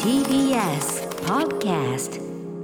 TBS Podcast。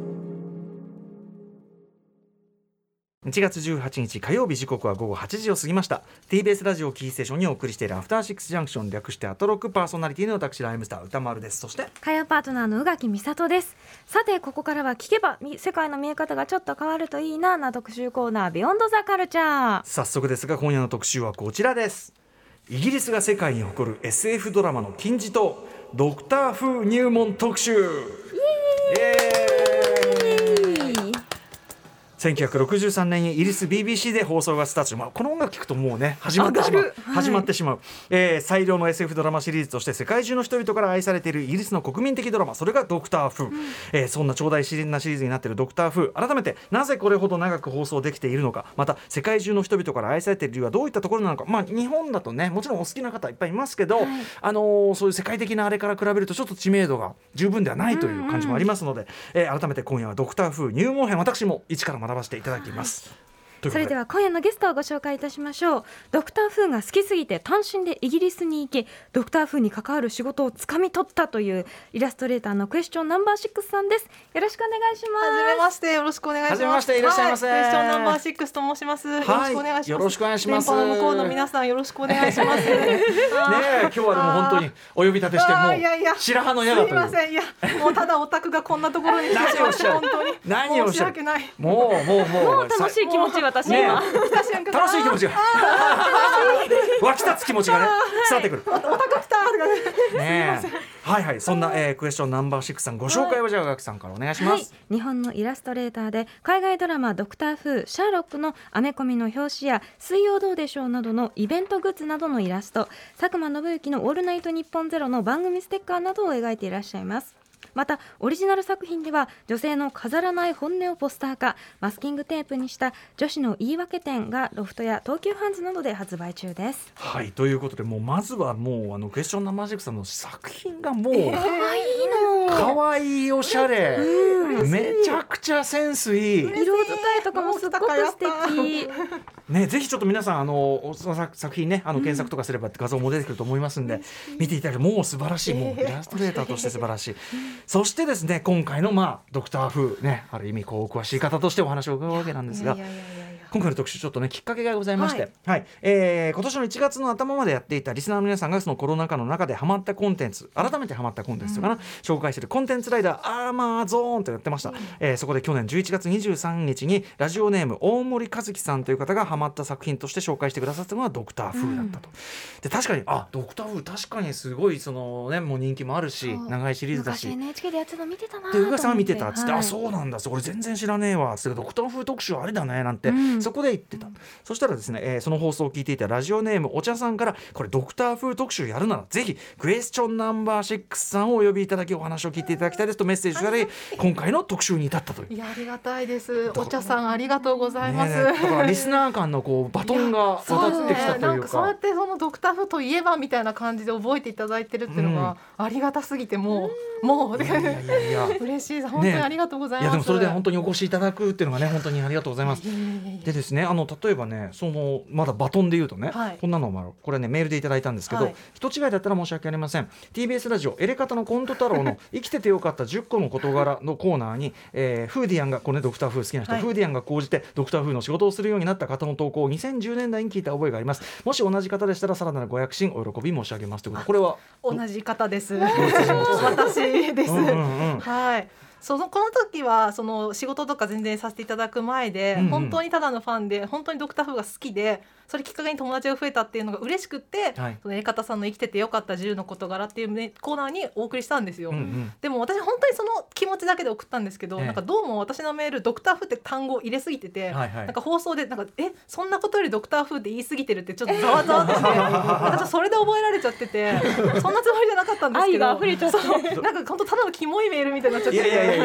1月18日火曜日、時刻は午後8時を過ぎました。 TBS ラジオキーステーションにお送りしているアフターシックスジャンクション、略してアトロック、パーソナリティの私ライムスター歌丸です。そして火曜パートナーの宇垣美里です。さて、ここからは聞けば世界の見え方がちょっと変わるといいな特集コーナー、ビヨンドザカルチャー。 早速ですが、今夜の特集はこちらです。イギリスが世界に誇る SF ドラマの金字塔、ドクター風入門特集。1963年にイギリス BBC で放送がスタートし、この音楽聴くともうね始まってしまう、最良の SF ドラマシリーズとして世界中の人々から愛されているイギリスの国民的ドラマ、それがドクター風、そんな長大なシリーズになっているドクター風、改めてなぜこれほど長く放送できているのか、また世界中の人々から愛されている理由はどういったところなのか。日本だとね、もちろんお好きな方いっぱいいますけど、そういう世界的なあれから比べるとちょっと知名度が十分ではないという感じもありますので、改めて今夜はドクター風入門編、私も一から学ばせていただきます。 それでは今夜のゲストをご紹介いたしましょう。ドクター風が好きすぎて単身でイギリスに行き、ドクター風に関わる仕事をつかみ取ったというイラストレーターのクエスチョンナンバー6さんです。よろしくお願いします。 はじめまして、よろしくお願いします。 はじめまして、いらっしゃいませ。 クエスチョンナンバー6と申します。よろしくお願いします。 よろしくお願いします。 電波の向こうの皆さん、よろしくお願いします。 今日はでも本当にお呼び立てしてもう白羽の矢だという。 すいません、もうただオタクがこんなところに来てしまって本当に申し訳ない。 もう楽しい気持ち、私今楽しい気持ちが湧き立つ気持ちがね伝わってくる。 オタク来たねえ、そんな、クエスチョンナンバー6さん、ご紹介をじゃあ宇垣さんからお願いします。 日本のイラストレーターで海外ドラマドクター風、シャーロックのアメコミの表紙や水曜どうでしょうなどのイベントグッズなどのイラスト、佐久間信之のオールナイトニッポンゼロの番組ステッカーなどを描いていらっしゃいます。またオリジナル作品では女性の飾らない本音をポスター化、マスキングテープにした女子の言い訳展がロフトや東急ハンズなどで発売中です。 ということで、まずはもうクエスチョンナンバー6さんの作品がもうかわいい、おしゃれ、めちゃくちゃセンスいい、 色使いとかもすごく素敵ね、ぜひちょっと皆さん作品ね、検索とかすれば画像も出てくると思いますんで、見ていただけるともう素晴らしい、もうイラストレーターとして素晴らしいそしてですね、今回のドクター風ね、ある意味お詳しい方としてお話を伺うわけなんですが、今回の特集ちょっとねきっかけがございまして、今年の1月の頭までやっていたリスナーの皆さんがそのコロナ禍の中でハマったコンテンツ、改めてハマったコンテンツかな、紹介しているコンテンツライダーアーマーゾーンとやってました。そこで去年11月23日にラジオネーム大森和樹さんという方がハマった作品として紹介してくださったのがドクター風だったと。で、確かにドクター風確かにすごいもう人気もあるし、長いシリーズだし、 昔 NHK でやってたの見てたなで宇垣さんは見てたっつって、そうなんだ、それ全然知らねえわっつって、ドクター風特集あれだねなんて、そこで言ってた。そしたらですね、その放送を聞いていたラジオネームお茶さんから、これドクター風特集やるならぜひクエスチョンナンバー6さんをお呼びいただき、お話を聞いていただきたいですとメッセージがあり、今回の特集に至ったという。 ありがたいです。お茶さんありがとうございます。 だからリスナー間のバトンが渡ってきたというか、 そうやってそのドクター風といえばみたいな感じで覚えていただいてるっていうのがありがたすぎて、もう嬉しいです。本当にありがとうございます。 でもそれで本当にお越しいただくっていうのがね、本当にありがとうございます。でですね、例えばね、まだバトンで言うとね、こんなのもこれねメールでいただいたんですけど、人違いだったら申し訳ありません。 TBS ラジオエレカタのコント太郎の生きててよかった10個の事柄のコーナーに、フーディアンがこれ、ね、ドクター風好きな人、フーディアンが講じてドクター風の仕事をするようになった方の投稿を2010年代に聞いた覚えがあります。もし同じ方でしたらさらなるご躍進お喜び申し上げますということ。これは同じ方です。私です。この時は仕事とか全然させていただく前で、本当にただのファンで、本当にドクター風が好きで、それきっかけに友達が増えたっていうのが嬉しくって、そのエレカタさんの生きててよかった10の事柄っていう、ね、コーナーにお送りしたんですよ。でも私本当にその気持ちだけで送ったんですけど、なんかどうも私のメールドクター風って単語を入れすぎてて、なんか放送でそんなことよりドクター風って言いすぎてるってちょっとざわざわってして私それで覚えられちゃってて、そんなつもりじゃなかったんですけど、 愛が溢れちゃってなんか本当ただのキモいメールみたいになっちゃって、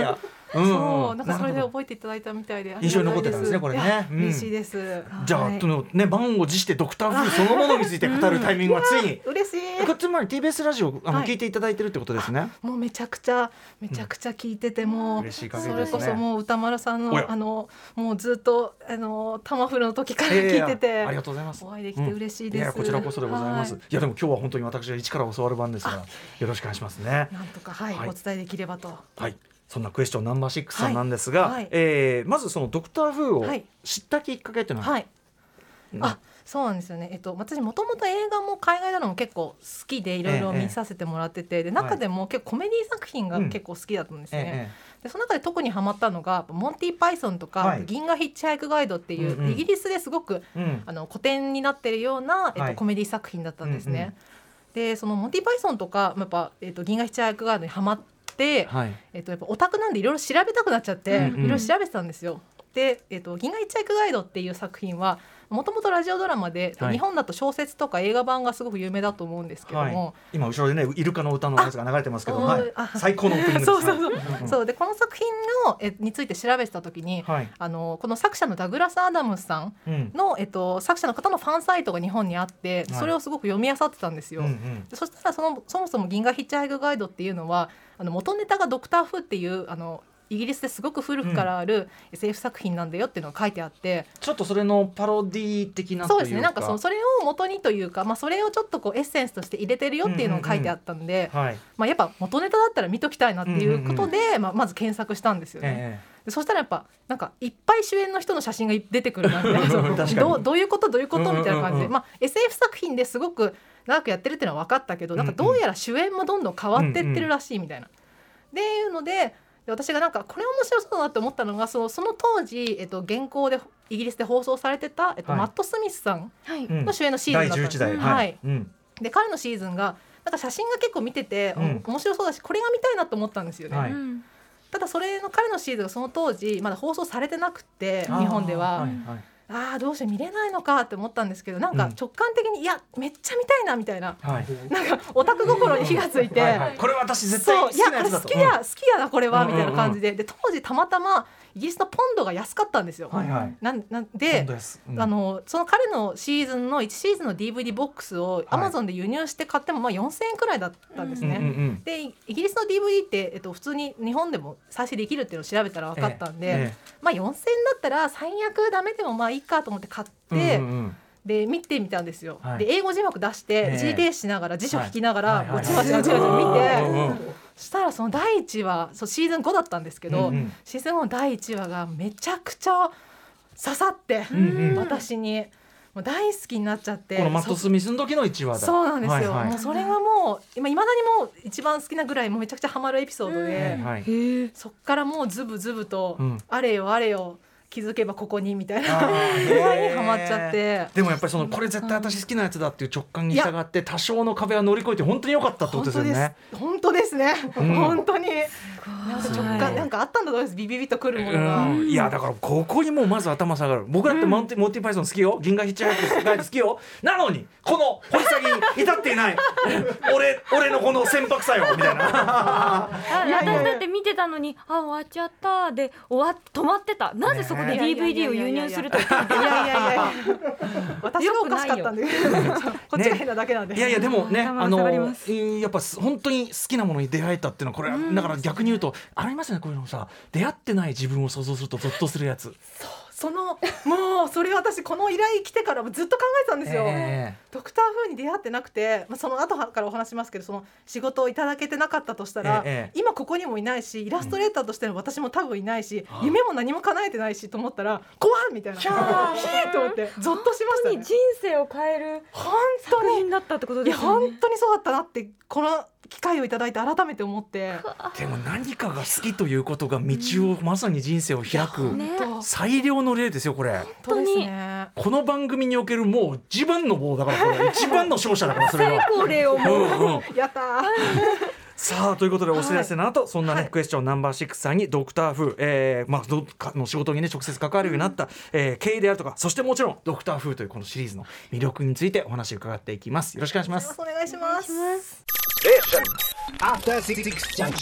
そうなんかそれで覚えていただいたみたいで印象に残ってたんですねこれね。 嬉しいです。 じゃあね満を持してドクター風そのものについて語るタイミングはついに嬉しい。 こっちまで TBS ラジオ聞いていただいてるってことですね。 もうめちゃくちゃ聞いてても嬉しい限りそですね。 れこそもう歌丸さんのもうずっとタマフルの時から聞いててありがとうございます。 お会いできて嬉しいです。 いやこちらこそでございます。いやでも今日は本当に私が一から教わる番ですがよろしくお願いしますね。 なんとかお伝えできればと。 はい。そんなクエスチョンナンバー6さんなんですが、まずそのドクター風を知ったきっかけっていうのは、 そうなんですよね。私もともと映画も海外ドラマも結構好きでいろいろ見させてもらってて、で中でも結構コメディ作品が結構好きだったんですね。でその中で特にハマったのがモンティ・パイソンとか、銀河ヒッチハイクガイドっていう、イギリスですごく、古典になってるような、コメディ作品だったんですね。でそのモンティ・パイソンとかやっぱ、銀河ヒッチハイクガイドにハマって、やっぱオタクなんでいろいろ調べたくなっちゃって、いろいろ調べてたんですよ。で、銀河ヒッチハイクガイドっていう作品はもともとラジオドラマで、日本だと小説とか映画版がすごく有名だと思うんですけども、 今後ろでねイルカの歌のやつが流れてますけど、最高のオープニングです。 そうでこの作品のについて調べてた時に、この作者のダグラス・アダムスさんの、作者の方のファンサイトが日本にあって、それをすごく読み漁ってたんですよ。でそしたらそもそも銀河ヒッチハイクガイドっていうのは元ネタがドクター・フっていうイギリスですごく古くからある SF 作品なんだよっていうのが書いてあって、 ちょっとそれのパロディ的なというか、 そうですね、なんかそれを元にというか、それをちょっとエッセンスとして入れてるよっていうのが書いてあったんで、やっぱ元ネタだったら見ときたいなっていうことで、まず検索したんですよね。でそしたらやっぱなんかいっぱい主演の人の写真が出てくるなみたいなどういうことみたいな感じで、SF 作品ですごく長くやってるっていうのは分かったけど、なんかどうやら主演もどんどん変わってってるらしいみたいな、っていうので私がなんかこれ面白そうだなって思ったのがその当時、現行でイギリスで放送されてた、マット・スミスさんの主演のシーズンだったんです。 第11代、 で彼のシーズンがなんか写真が結構見てて、面白そうだしこれが見たいなと思ったんですよね。ただ彼のシーズンがその当時まだ放送されてなくて日本では。どうして見れないのかって思ったんですけど、なんか直感的にいやめっちゃ見たいなみたいな、なんかオタク心に火がついて、 これ私絶対好きなやつだと、 好きやなこれはみたいな感じで、当時たまたまイギリスのポンドが安かったんですよ。で、その彼のシーズンの1シーズンの DVD ボックスを Amazon で輸入して買っても4000円くらいだったんですね。でイギリスの DVD って、普通に日本でも再生できるっていうのを調べたら分かったんで、4000円だったら最悪ダメでもいいかと思って買って、で見てみたんですよ。で英語字幕出して一時停止しながら辞書引きながらぼちぼち見て、そしたらその第1話シーズン5だったんですけど、シーズン5の第1話がめちゃくちゃ刺さって、私にもう大好きになっちゃって、 このマット・スミスの時の1話だ。 そうなんですよ、もうそれはもう未だにもう一番好きなぐらいもうめちゃくちゃハマるエピソードで、そっからもうズブズブと、あれよ気づけばここにみたいなぐらいにハマっちゃって。 でもやっぱりこれ絶対私好きなやつだっていう直感に従って多少の壁は乗り越えて本当に良かったってことですよね。 本当ですね、本当になんか直感なんかあったんだと思います。ビビビとくるものが、 いやだからここにもうまず頭下がる。僕だってモンティパイソン好きよ、銀河ヒッチハイクガイド好きよ、なのにこの掘り下げに至っていない俺のこの船舶作用みたいな私だって見てたのに終わっちゃったで止まってた。なぜそこで DVD を輸入すると言っていや私がおかしかったんでこっちが変なだけなんで。 いやでもねやっぱ本当に好きなものに出会えたっていうのはこれだから逆に言うとありますね、こういうのさ、出会ってない自分を想像するとゾッとするやつ。 もうそれ私この依頼来てからもずっと考えてたんですよ。ドクター風に出会ってなくて、その後からお話しますけど、その仕事をいただけてなかったとしたら、今ここにもいないしイラストレーターとしての私も多分いないし、夢も何も叶えてないしと思ったら怖いみたいなヒーと思ってゾッとしましたね。 人生を変える本当に作品だったってことですよね。 本当にそうだったなってこの機会をいただいて改めて思って。 でも何かが好きということが道を、まさに人生を開く最良の例ですよこれ。 本当ですね。 この番組におけるもう一番のもうだからこれ一番の勝者だからそれは最高例をもう、 やったーさあということでお知らせの後、そんなね、クエスチョンナンバー6さんにドクター風、の仕事にね直接関わるようになった、経緯であるとか、そしてもちろんドクター風というこのシリーズの魅力についてお話を伺っていきます。よろしくお願いします。 お願いします。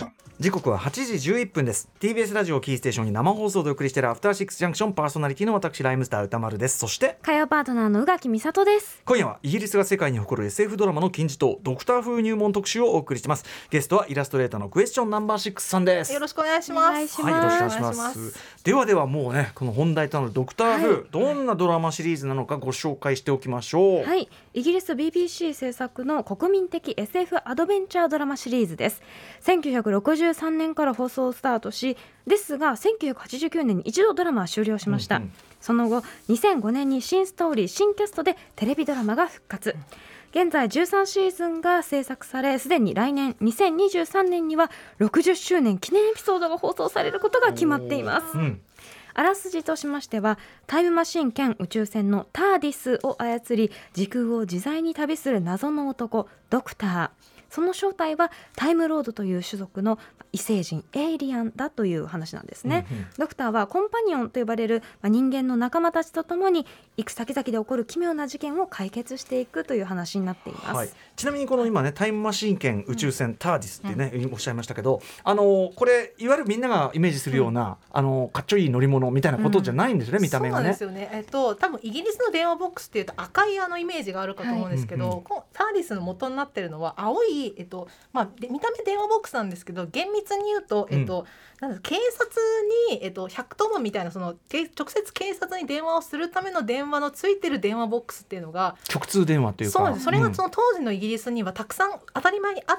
時刻は8時11分です。 TBS ラジオキーステーションに生放送でお送りしているアフターシックスジャンクション、パーソナリティの私ライムスター歌丸です。そして火曜パートナーの宇垣美里です。 今夜はイギリスが世界に誇る SF ドラマの金字塔ドクター風入門特集をお送りしています。ゲストはイラストレーターのクエスチョンナンバー6さんです。 よろしくお願いします。 はい、よろしくお願いします。ではもうね、この本題となるドクター風、どんなドラマシリーズなのかご紹介しておきましょう。 はい、イギリス BBC 制作の国民的 SF アドベンチャードラマシリーズです。1963年から放送スタートし、ですが1989年に一度ドラマは終了しました。その後2005年に新ストーリー新キャストでテレビドラマが復活。現在13シーズンが制作され、すでに来年2023年には60周年記念エピソードが放送されることが決まっています。あらすじとしましては、タイムマシン兼宇宙船のターディスを操り時空を自在に旅する謎の男ドクター、その正体はタイムロードという種族の異星人エイリアンだという話なんですね。ドクターはコンパニオンと呼ばれる人間の仲間たちとともに行く先々で起こる奇妙な事件を解決していくという話になっています。 はい、ちなみにこの今ね、タイムマシン兼宇宙船ターディスってね、おっしゃいましたけど、これいわゆるみんながイメージするような、かっちょいい乗り物みたいなことじゃないんですよね、見た目がね。 そうなんですよね。多分イギリスの電話ボックスっていうと赤いイメージがあるかと思うんですけど、ターディスの元になってるのは青い、見た目電話ボックスなんですけど、厳密に言うと、警察に、100トンみたいな直接警察に電話をするための電話のついてる電話ボックスっていうのが直通電話というか、 そうです。それがその当時のイギリスにはたくさん当たり前にあって、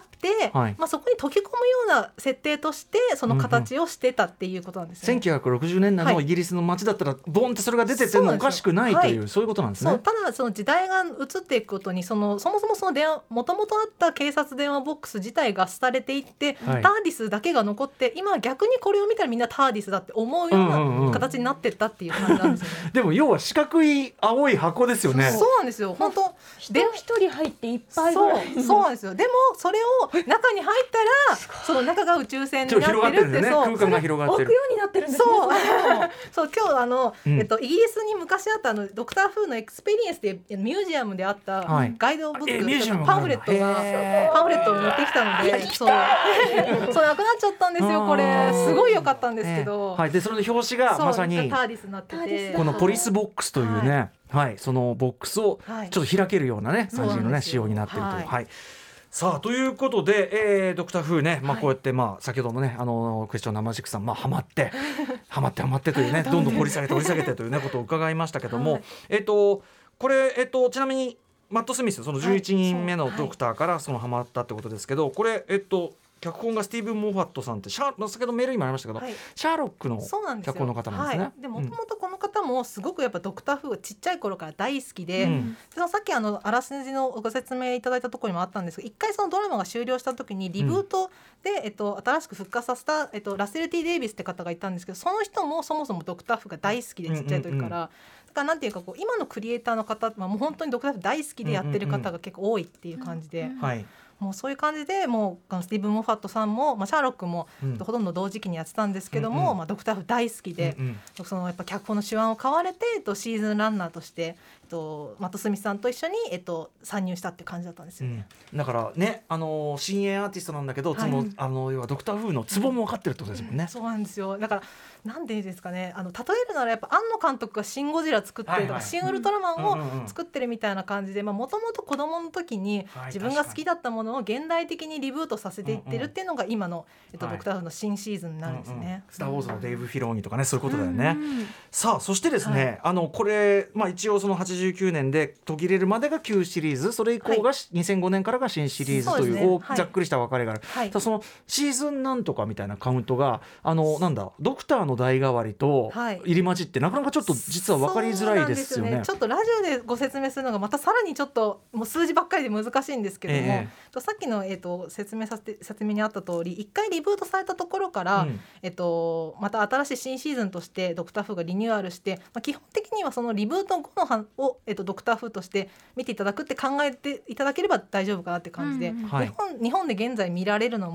そこに溶け込むような設定としてその形をしてたっていうことなんですね。 1960年代のイギリスの街だったらボンってそれが出ててもおかしくないという、そういうことなんですね。 ただその時代が移っていくことにそもそもそのもともとあった警察電話ボックス自体が廃れていって、ターディスだけが残って、今逆にこれを見たらみんなターディスだって思うような形になってったっていう感じなんですよね。 でも要は四角い青い箱ですよね。 そうなんですよ。本当一人入っていっぱいぐらい。 そうなんですよ。でもそれを中に入ったらその中が宇宙船になってるって、 空間が広がってる。 置くようになってるんですね。 そう今日イギリスに昔あったドクター風のエクスペリエンスでミュージアムであったガイドブック、パンフレットを持ってきたので、そうなくなっちゃったんですよ。これすごい良かったんですけど、 でその表紙がまさにターディスになってて、 このポリスボックスというね、そのボックスをちょっと開けるようなね、感じのね仕様になっているという。さあということで、ドクター風ね、こうやって先ほどもねクエスチョン生軸さんハマってというねどんどん掘り下げてというねことを伺いましたけども、これちなみにマット・スミス、その11人目のドクターからそのハマったってことですけど、これ脚本がスティーブン・モファットさんって、先ほどメールにもありましたけど、シャーロックの脚本の方なんですね。 でもともとこの方もすごくやっぱドクター風がちっちゃい頃から大好きで、さっきあらすじのご説明いただいたところにもあったんですが、一回そのドラマが終了した時にリブートで、新しく復活させた、ラッセル・T・デイビスって方がいたんですけど、その人もそもそもドクター風が大好きで、ちっちゃい時から。だからなんていうか今のクリエイターの方、もう本当にドクター風大好きでやってる方が結構多いっていう感じで、もうそういう感じで、もうスティーブン・モファットさんも、シャーロックもほとんど同時期にやってたんですけども、ドクター風大好きで、そのやっぱ脚本の手腕を買われて、シーズンランナーとして、マット・スミスさんと一緒に、参入したって感じだったんですよね。 だからね、新鋭アーティストなんだけど、要はドクター風のツボも分かってるってことですもんね。 そうなんですよ。だからなんでですかね、例えるならやっぱ庵野監督がシン・ゴジラ作ってるとか、シン・ウルトラマンを作ってるみたいな感じで、もともと子供の時に自分が好きだったものを現代的にリブートさせていってるっていうのが今の、ドクター風の新シーズンになるんですね。 スター・ウォーズのデイブ・フィローニとかね、そういうことだよね。さあそしてですね、これ、一応その89年で途切れるまでが旧シリーズ、それ以降が2005年からが新シリーズというざっくりした分かれがある。そのシーズンなんとかみたいなカウントがドクターの代替わりと入り混じって、なかなかちょっと実は分かりづらいですよね。 ちょっとラジオでご説明するのがまたさらにちょっともう数字ばっかりで難しいんですけども、さっきの、説明にあった通り、一回リブートされたところから、また新しい新シーズンとしてドクター風がリニューアルして、基本的にはそのリブート後のを、ドクター風として見ていただくって考えていただければ大丈夫かなって感じで、日本で現在見られるのも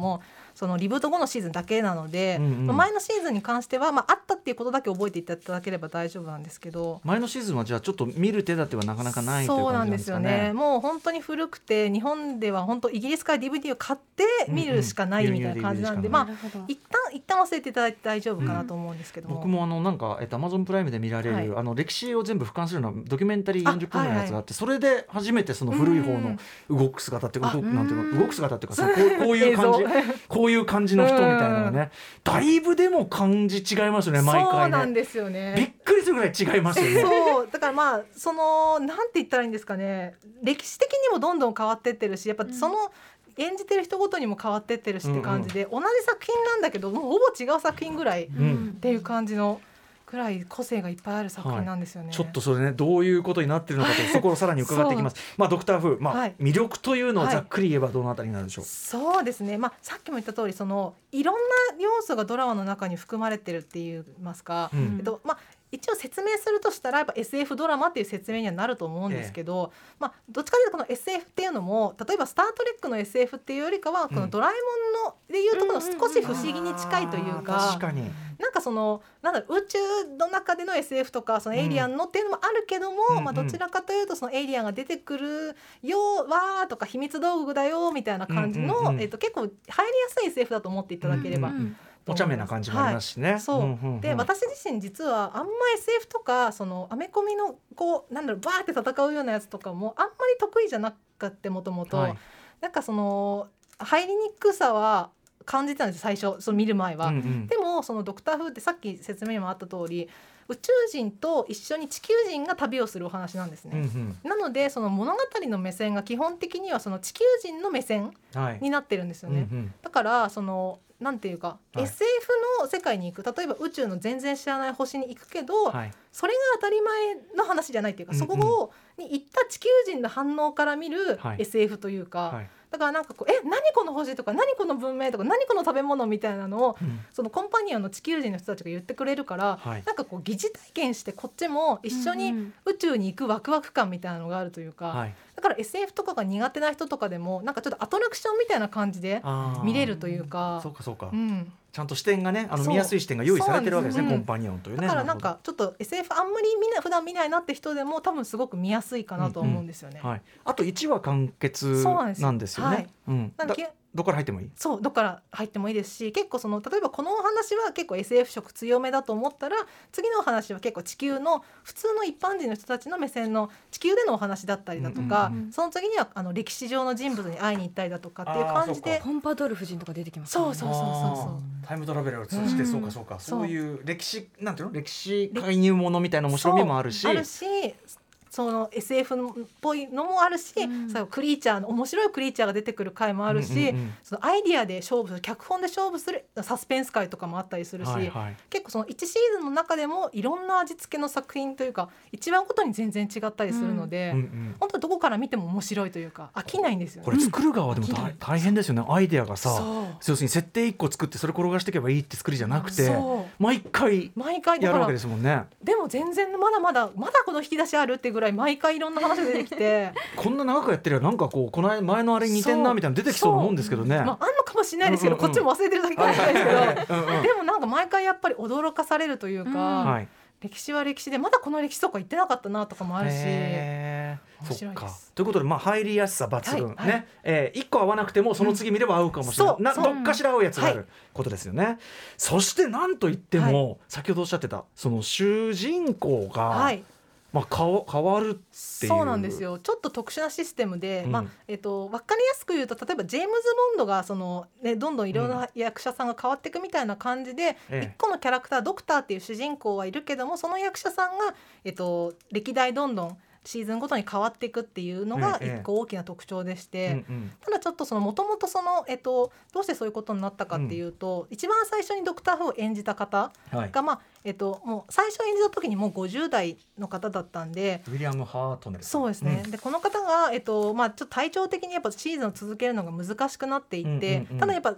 そのリブート後のシーズンだけなので、前のシーズンに関しては、あったっていうことだけ覚えていただければ大丈夫なんですけど、 前のシーズンはじゃあちょっと見る手立てはなかなかないという感じなんですかね。 そうなんですよね。もう本当に古くて日本では本当イギリスから DVD を買って見るしかないみたいな感じなんで、一旦忘れていただいて大丈夫かなと思うんですけども、 僕もなんかAmazon プライムで見られる、歴史を全部俯瞰するようなドキュメンタリー40分のやつがあって、それで初めてその古い方の動く姿っていうか、なんていうか動く姿っていうか、こういう感じこういう感じの人みたいなのがね、だいぶでも感じ違いますよね、毎回ね。 そうなんですよね。 びっくりするぐらい違いますよね。 そうだからそのなんて言ったらいいんですかね、歴史的にもどんどん変わってってるし、やっぱその演じてる人ごとにも変わってってるしって感じで、同じ作品なんだけどもうほぼ違う作品ぐらいっていう感じのくらい個性がいっぱいある作品なんですよね。 ちょっとそれね、どういうことになってるのかとそこをさらに伺っていきます。ドクター風、魅力というのをざっくり言えばどのあたりになるでしょう。 そうですね、さっきも言った通り、そのいろんな要素がドラマの中に含まれてるって言いますか、一応説明するとしたらやっぱ SF ドラマっていう説明にはなると思うんですけど、どっちかというとこの SF っていうのも、例えばスタートレックの SF っていうよりかはこのドラえもんのでいうところの少し不思議に近いというか、 確かになんかその宇宙の中での SF とかそのエイリアンのっていうのもあるけども、どちらかというとそのエイリアンが出てくるよわーとか秘密道具だよみたいな感じの、結構入りやすい SF だと思っていただければ、 お茶目な感じもありますしね。 で私自身実はあんま SF とかそのアメコミのこうバーって戦うようなやつとかもあんまり得意じゃなくて、もともとなんかその入りにくさは感じてたんです最初、その見る前は。でもそのドクター風ってさっき説明にもあった通り、宇宙人と一緒に地球人が旅をするお話なんですね。なのでその物語の目線が基本的にはその地球人の目線になってるんですよね。だからそのなんていうか、SF の世界に行く、例えば宇宙の全然知らない星に行くけど、それが当たり前の話じゃないっていうか、そこに行った地球人の反応から見る SF というか、だからなんかこう何この星とか何この文明とか何この食べ物みたいなのを、そのコンパニオンの地球人の人たちが言ってくれるから、なんかこう疑似体験してこっちも一緒に宇宙に行くワクワク感みたいなのがあるというか、だから SF とかが苦手な人とかでもなんかちょっとアトラクションみたいな感じで見れるというか、 そうか、ちゃんと視点がね、見やすい視点が用意されてるわけですね、コンパニオンというね。 だからなんかちょっと SF あんまり普段見ないなって人でも多分すごく見やすいかなと思うんですよね。 あと1話完結なんですよね。どこから入ってもいい？ そう、どこから入ってもいいですし、結構その例えばこのお話は結構 SF 色強めだと思ったら、次のお話は結構地球の普通の一般人の人たちの目線の地球でのお話だったりだとか、その次には歴史上の人物に会いに行ったりだとかっていう感じで、 ポンパドール夫人とか出てきますね。 そうタイムトラベルを通じて、そういう歴史なんていうの、歴史介入ものみたいな面白みもあるし、 その SF っぽいのもあるし、クリーチャーの面白いクリーチャーが出てくる回もあるし、そのアイディアで勝負する、脚本で勝負するサスペンス回とかもあったりするし、結構その1シーズンの中でもいろんな味付けの作品というか1話ごとに全然違ったりするので、本当どこから見ても面白いというか飽きないんですよね。 これ作る側でも大変ですよね。アイデアがさ、要するに設定1個作ってそれ転がしていけばいいって作りじゃなくて、毎回やるわけですもんね。 でも全然まだこの引き出しあるってぐらい毎回いろんな話が出てきてこんな長くやってるよ、なんかこうこの前のあれ似てんなみたいなの出てきそうなもんですけどね。 あんのかもしれないですけど、こっちも忘れてるだけかもしれないですけどでもなんか毎回やっぱり驚かされるというか、歴史は歴史でまだこの歴史とか言ってなかったなとかもあるし、面白いです。 ということで、入りやすさ抜群、ね、1個合わなくてもその次見れば合うかもしれない、どっかしら合うやつがあることですよね。そしてなんといっても、先ほどおっしゃってたその主人公が、変わるっていう。 そうなんですよ。ちょっと特殊なシステムで、分かりやすく言うと、例えばジェームズ・ボンドがどんどんいろんな役者さんが変わっていくみたいな感じで、一個のキャラクタードクターっていう主人公はいるけども、その役者さんが、歴代どんどんシーズンごとに変わっていくっていうのが一個大きな特徴でして、ただちょっともともとどうしてそういうことになったかっていうと、一番最初にドクター・フーを演じた方が、もう最初演じた時にもう50代の方だったんで、 ウィリアム・ハートネル。 そうですね、でこの方が、ちょっと体調的にやっぱシーズンを続けるのが難しくなっていって、ただやっぱ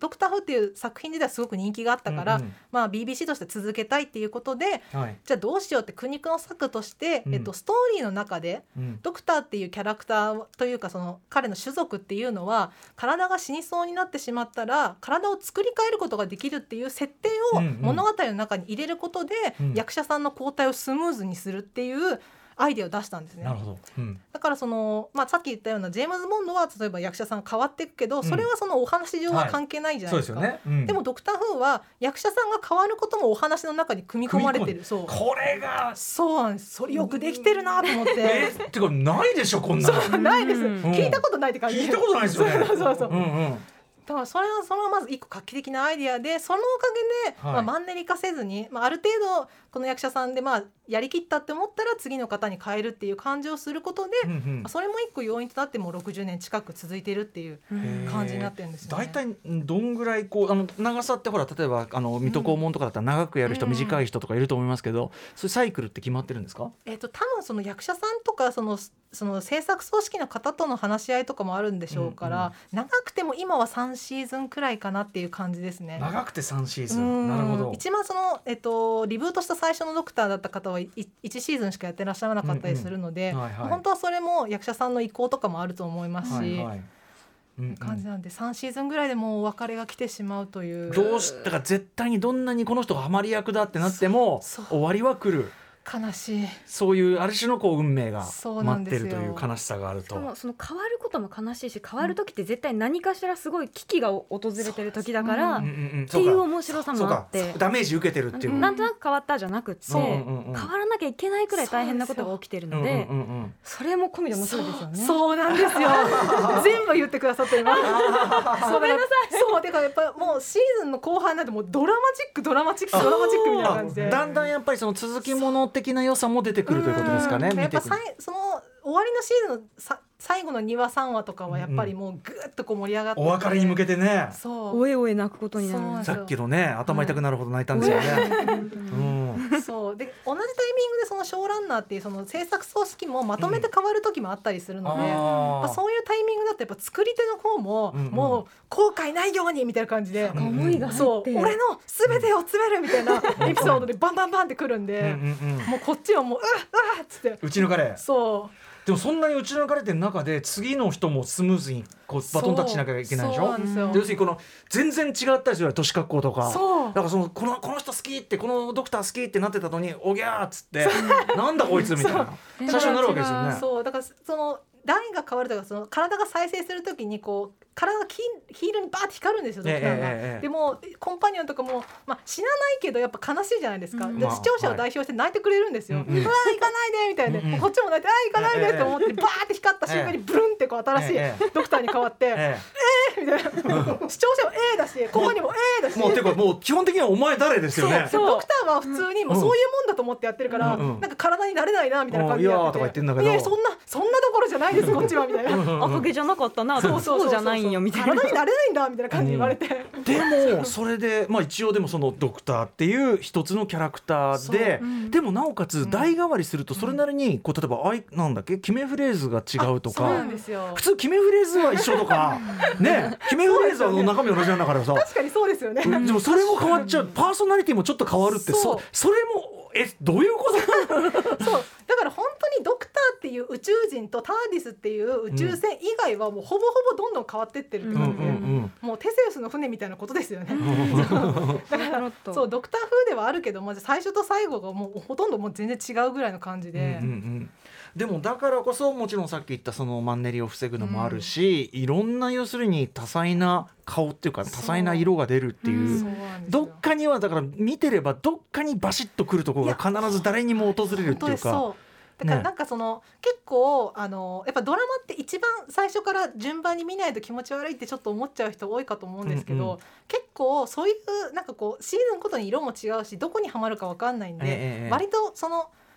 ドクター風っていう作品自体はすごく人気があったから、まあ、BBC として続けたいっていうことで、じゃあどうしようって苦肉の策として、ストーリーの中で、ドクターっていうキャラクターというかその彼の種族っていうのは体が死にそうになってしまったら体を作り変えることができるっていう設定を物語の中に入れることで、役者さんの交代をスムーズにするっていうアイデアを出したんですね。 なるほど、 だからその、さっき言ったようなジェームズ・ボンドは例えば役者さん変わっていくけど、それはそのお話上は関係ないじゃないですか、でもドクター・フーは役者さんが変わることもお話の中に組み込まれてる。そうこれがそうなんです。それよくできてるなと思っててかないでしょこんなの。 そうないです、聞いたことないって感じ。 聞いたことないですよね。 そうだからそれはまず一個画期的なアイデアで、そのおかげで、マンネリ化せずに、ある程度この役者さんでやりきったって思ったら次の方に変えるっていう感じをすることで、それも一個要因となってもう60年近く続いてるっていう感じになってるんですよね。 大体どんぐらい長さってほら例えば水戸黄門とかだったら長くやる人、短い人とかいると思いますけど、そういうサイクルって決まってるんですか？ 多分その役者さんとかその制作組織の方との話し合いとかもあるんでしょうから、長くても今は3シーズンくらいかなっていう感じですね。 長くて3シーズン、なるほど。 一番その、リブートした最初のドクターだった方は1シーズンしかやってらっしゃらなかったりするので、本当はそれも役者さんの意向とかもあると思いますし、感じなんで3シーズンぐらいでもうお別れが来てしまうという。 だから絶対にどんなにこの人がハマり役だってなっても終わりは来る。 悲しい。 そういうある種の運命が待ってるという悲しさがあると。 しかもその変わることも悲しいし、変わる時って絶対何かしらすごい危機が訪れてる時だからっていう面白さもあって、 ダメージ受けてるっていう、 なんとなく変わったじゃなくって、変わらなきゃいけないくらい大変なことが起きてるので、それも込みで面白いですよね。 そうなんですよ全部言ってくださっていますごめんなさい。 そうだからやっぱもうシーズンの後半になってもうドラマチックみたいな感じで、 だんだんやっぱりその続きもの的な良さも出てくるということですかね。 やっぱその終わりのシーズンの最後の2話3話とかはやっぱりもうぐっと盛り上がって、 お別れに向けてね、 おえおえ泣くことになる。 さっきのね頭痛くなるほど泣いたんですよね。 そうで同じタイミングでそのショーランナーっていうその制作組織もまとめて変わる時もあったりするので、そういうタイミングだとやっぱ作り手の方ももう後悔ないようにみたいな感じで、 思いが入って、 俺の全てを詰めるみたいなエピソードでバンバンバンってくるんで、もうこっちはもうっつってうちの彼。 そうでもそんなに打ち抜かれてる中で次の人もスムーズにバトンタッチしなきゃいけないでしょ。要するにこの全然違ったりする年格好とか、だからこの人好きってこのドクター好きってなってたのにおぎゃーっつってなんだこいつみたいな最初になるわけですよね。 そうだからその代が変わるというか、その体が再生するときに体がヒールにバーって光るんですよ、ドクターが。でもコンパニオンとかも、死なないけどやっぱ悲しいじゃないですか。で視聴者を代表して泣いてくれるんですよ。うわー行かないでみたいな、こっちも泣いて行かないでと思ってバーって光った瞬間にブルンって新しいドクターに変わってみたいな視聴者もだしコンパニオンもだし、 もう基本的にはお前誰ですよね。 ドクターは普通にもうそういうもんだと思ってやってるから、なんか体になれないなみたいな感じでやってて、そんなどころじゃないですこっちはみたいな、 赤毛じゃなかったな、そうじゃないんよみたいな、 体になれないんだみたいな感じで言われて、 でもそれで一応でもそのドクターっていう一つのキャラクターで、でもなおかつ代替わりするとそれなりに例えばなんだっけ決めフレーズが違うとか、普通決めフレーズは一緒とかね、決めフレーズは中身同じなんだからさ、 確かにそうですよね。 でもそれも変わっちゃう、パーソナリティもちょっと変わるって、それもどういうことそうだから本当にドクターっていう宇宙人とターディスっていう宇宙船以外はもうほぼほぼどんどん変わってってるって感じで、もうテセウスの船みたいなことですよね。だからそうドクター風ではあるけど、最初と最後がもうほとんどもう全然違うぐらいの感じで、 でもだからこそもちろんさっき言ったそのマンネリを防ぐのもあるし、いろんな要するに多彩な顔っていうか多彩な色が出るっていう、どっかにはだから見てればどっかにバシッとくるところが必ず誰にも訪れるっていうか。 だからなんか結構やっぱドラマって一番最初から順番に見ないと気持ち悪いってちょっと思っちゃう人多いかと思うんですけど、結構そういうシーズンごとに色も違うしどこにはまるか分かんないんで、割とその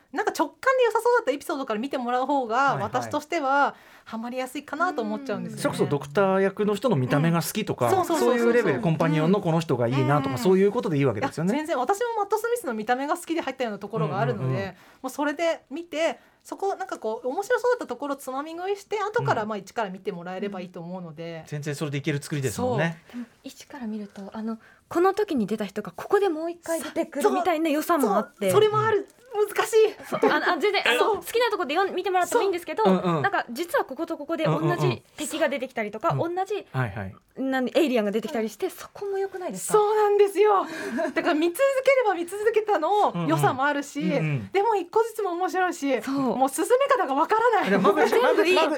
なんか直感で良さそうだったエピソードから見てもらう方が、 はいはい、 私としてはハマりやすいかなと思っちゃうんですよね。 それこそドクター役の人の見た目が好きとか、そういうレベル、コンパニオンのこの人がいいなとか、そういうことでいいわけですよね。 全然私もマット・スミスの見た目が好きで入ったようなところがあるので、もうそれで見て、そこなんかこう面白そうだったところをつまみ食いして後からまあ一から見てもらえればいいと思うので、 全然それでいける作りですもんね。 でも一から見るとこの時に出た人がここでもう一回出てくるみたいな良さもあって、 それもある。難しい。 全然好きなところで見てもらってもいいんですけど、なんか実はこことここで同じ敵が出てきたりとか、同じエイリアンが出てきたりして、そこも良くないですか？ そうなんですよ。だから見続ければ見続けたの良さもあるし、でも一個ずつも面白いし、もう進め方がわからない。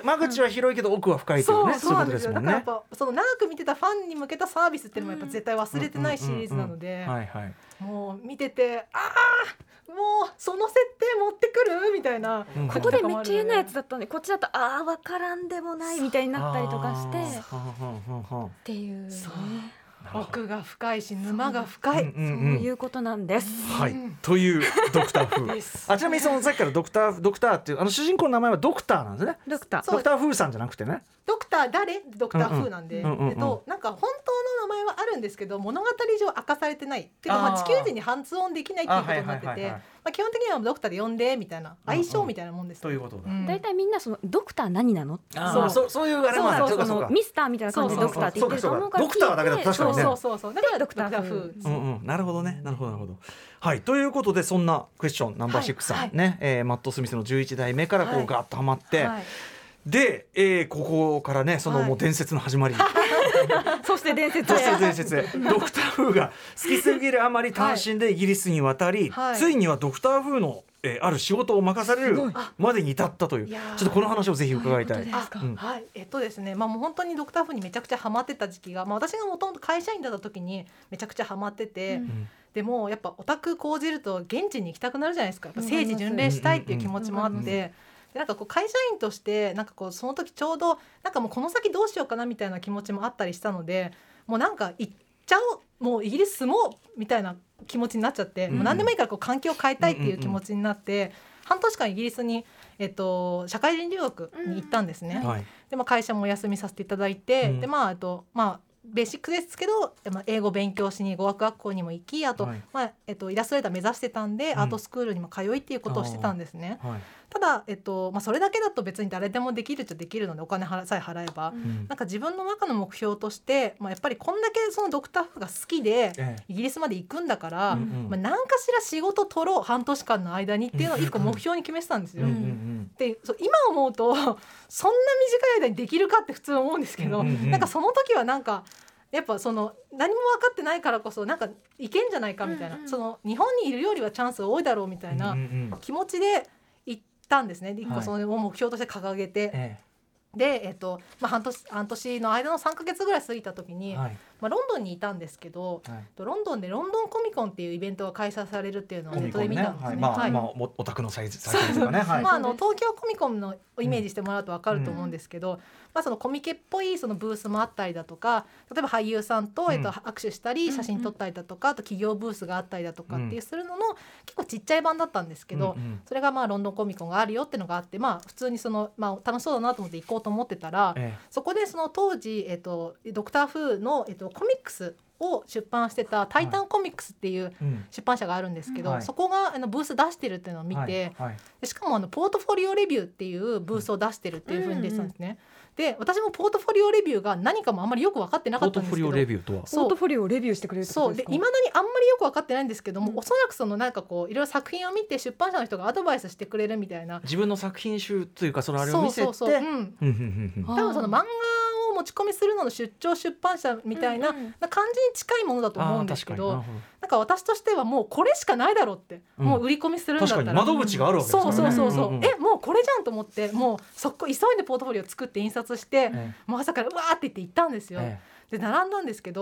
間口は広いけど奥は深いというね、そういうことですもんね。 だからやっぱその長く見てたファンに向けたサービスっていうのもやっぱ絶対忘れてないシリーズなので、もう見ててもうその設定持ってくるみたいな、 ここでめっちゃ嫌なやつだったのにこっちだと分からんでもないみたいになったりとかしてっていうね、 奥が深いし沼が深い、 そういうことなんです。 はい、というドクター風ちなみにそのさっきからドクターっていう主人公の名前はドクターなんですね。ドクター風さんじゃなくてね、 ドクター誰ドクター風なんで、なんか本当の名前はあるんですけど物語上明かされてないっていうか、地球人に発音できないっていうことになってて、基本的にはドクターで呼んでみたいな相性みたいなもんです。 ということだ。 だいたいみんなそのドクター何なの？ そういうあれもある。 ミスターみたいな感じでドクターって言ってると思うから、 ドクターだけだと確かにね。 そうだからドクター風。 なるほどね。なるほど。はい、ということでそんなクエスチョンナンバー6さんね、マット・スミスの11代目からこうガッとハマって。で、ここからねそのもう伝説の始まり、 そして伝説ドクター風が好きすぎるあまり単身でイギリスに渡り、ついにはドクター風のある仕事を任されるまでに至ったという、ちょっとこの話をぜひ伺いたい。 ですね、もう本当にドクター風にめちゃくちゃハマってた時期が、私がもともと会社員だった時にめちゃくちゃハマってて、でもやっぱオタク講じると現地に行きたくなるじゃないですか。やっぱ政治巡礼したいっていう気持ちもあって、でなんかこう会社員としてなんかこうその時ちょうどなんかもうこの先どうしようかなみたいな気持ちもあったりしたので、もうなんか行っちゃおう、もうイギリス住もうみたいな気持ちになっちゃって、もう何でもいいからこう環境を変えたいっていう気持ちになって、半年間イギリスに、社会人留学に行ったんですね。で、会社もお休みさせていただいて、でベーシックですけど、英語勉強しに語学学校にも行き、あと、イラストレーター目指してたんで、アートスクールにも通いっていうことをしてたんですね。ただ、それだけだと別に誰でもできるっちゃできるので、お金さえ払えば、なんか自分の中の目標として、やっぱりこんだけそのドクター風が好きでイギリスまで行くんだから、何かしら仕事取ろう半年間の間にっていうのを一個目標に決めてたんですよ。で今思うとそんな短い間にできるかって普通思うんですけど、なんかその時はなんかやっぱその何も分かってないからこそなんかいけんじゃないかみたいな、その日本にいるよりはチャンスが多いだろうみたいな気持ちで行ったんですね。一個その目標として掲げて、で、半年の間の3ヶ月ぐらい過ぎた時に、ロンドンにいたんですけど、ロンドンでロンドンコミコンっていうイベントが開催されるっていうのをネットで見たんですね。 オタクの祭典とかね、 東京コミコンのイメージしてもらうと分かると思うんですけど、そのコミケっぽいそのブースもあったりだとか、例えば俳優さんと、握手したり写真撮ったりだとか、あと企業ブースがあったりだとかっていうするのの、結構ちっちゃい版だったんですけど、それがロンドンコミコンがあるよっていうのがあって、普通にその、楽しそうだなと思って行こうと思ってたら、そこでその当時、ドクター風の、コミックスを出版してたタイタンコミックスっていう出版社があるんですけど、そこがブース出してるっていうのを見て、しかもポートフォリオレビューっていうブースを出してるっていう風に出てたんですね。で私もポートフォリオレビューが何かもあんまりよく分かってなかったんですけど、 ポートフォリオレビューとはポートフォリオをレビューしてくれるってことですか？ そうで未だにあんまりよく分かってないんですけども、おそらくそのなんかこういろいろ作品を見て出版社の人がアドバイスしてくれるみたいな、 自分の作品集というかそのあれを見せて、多分その漫画を持ち込みするのの出版社みたいな感じに近いものだと思うんですけど、なんか私としてはもうこれしかないだろうって、もう売り込みするんだったら確かに窓口があるわけですよね。 そうもうこれじゃんと思って、もうそこ急いでポートフォリオを作って印刷して、もう朝からうわーって言って行ったんですよ。で並んだんですけど、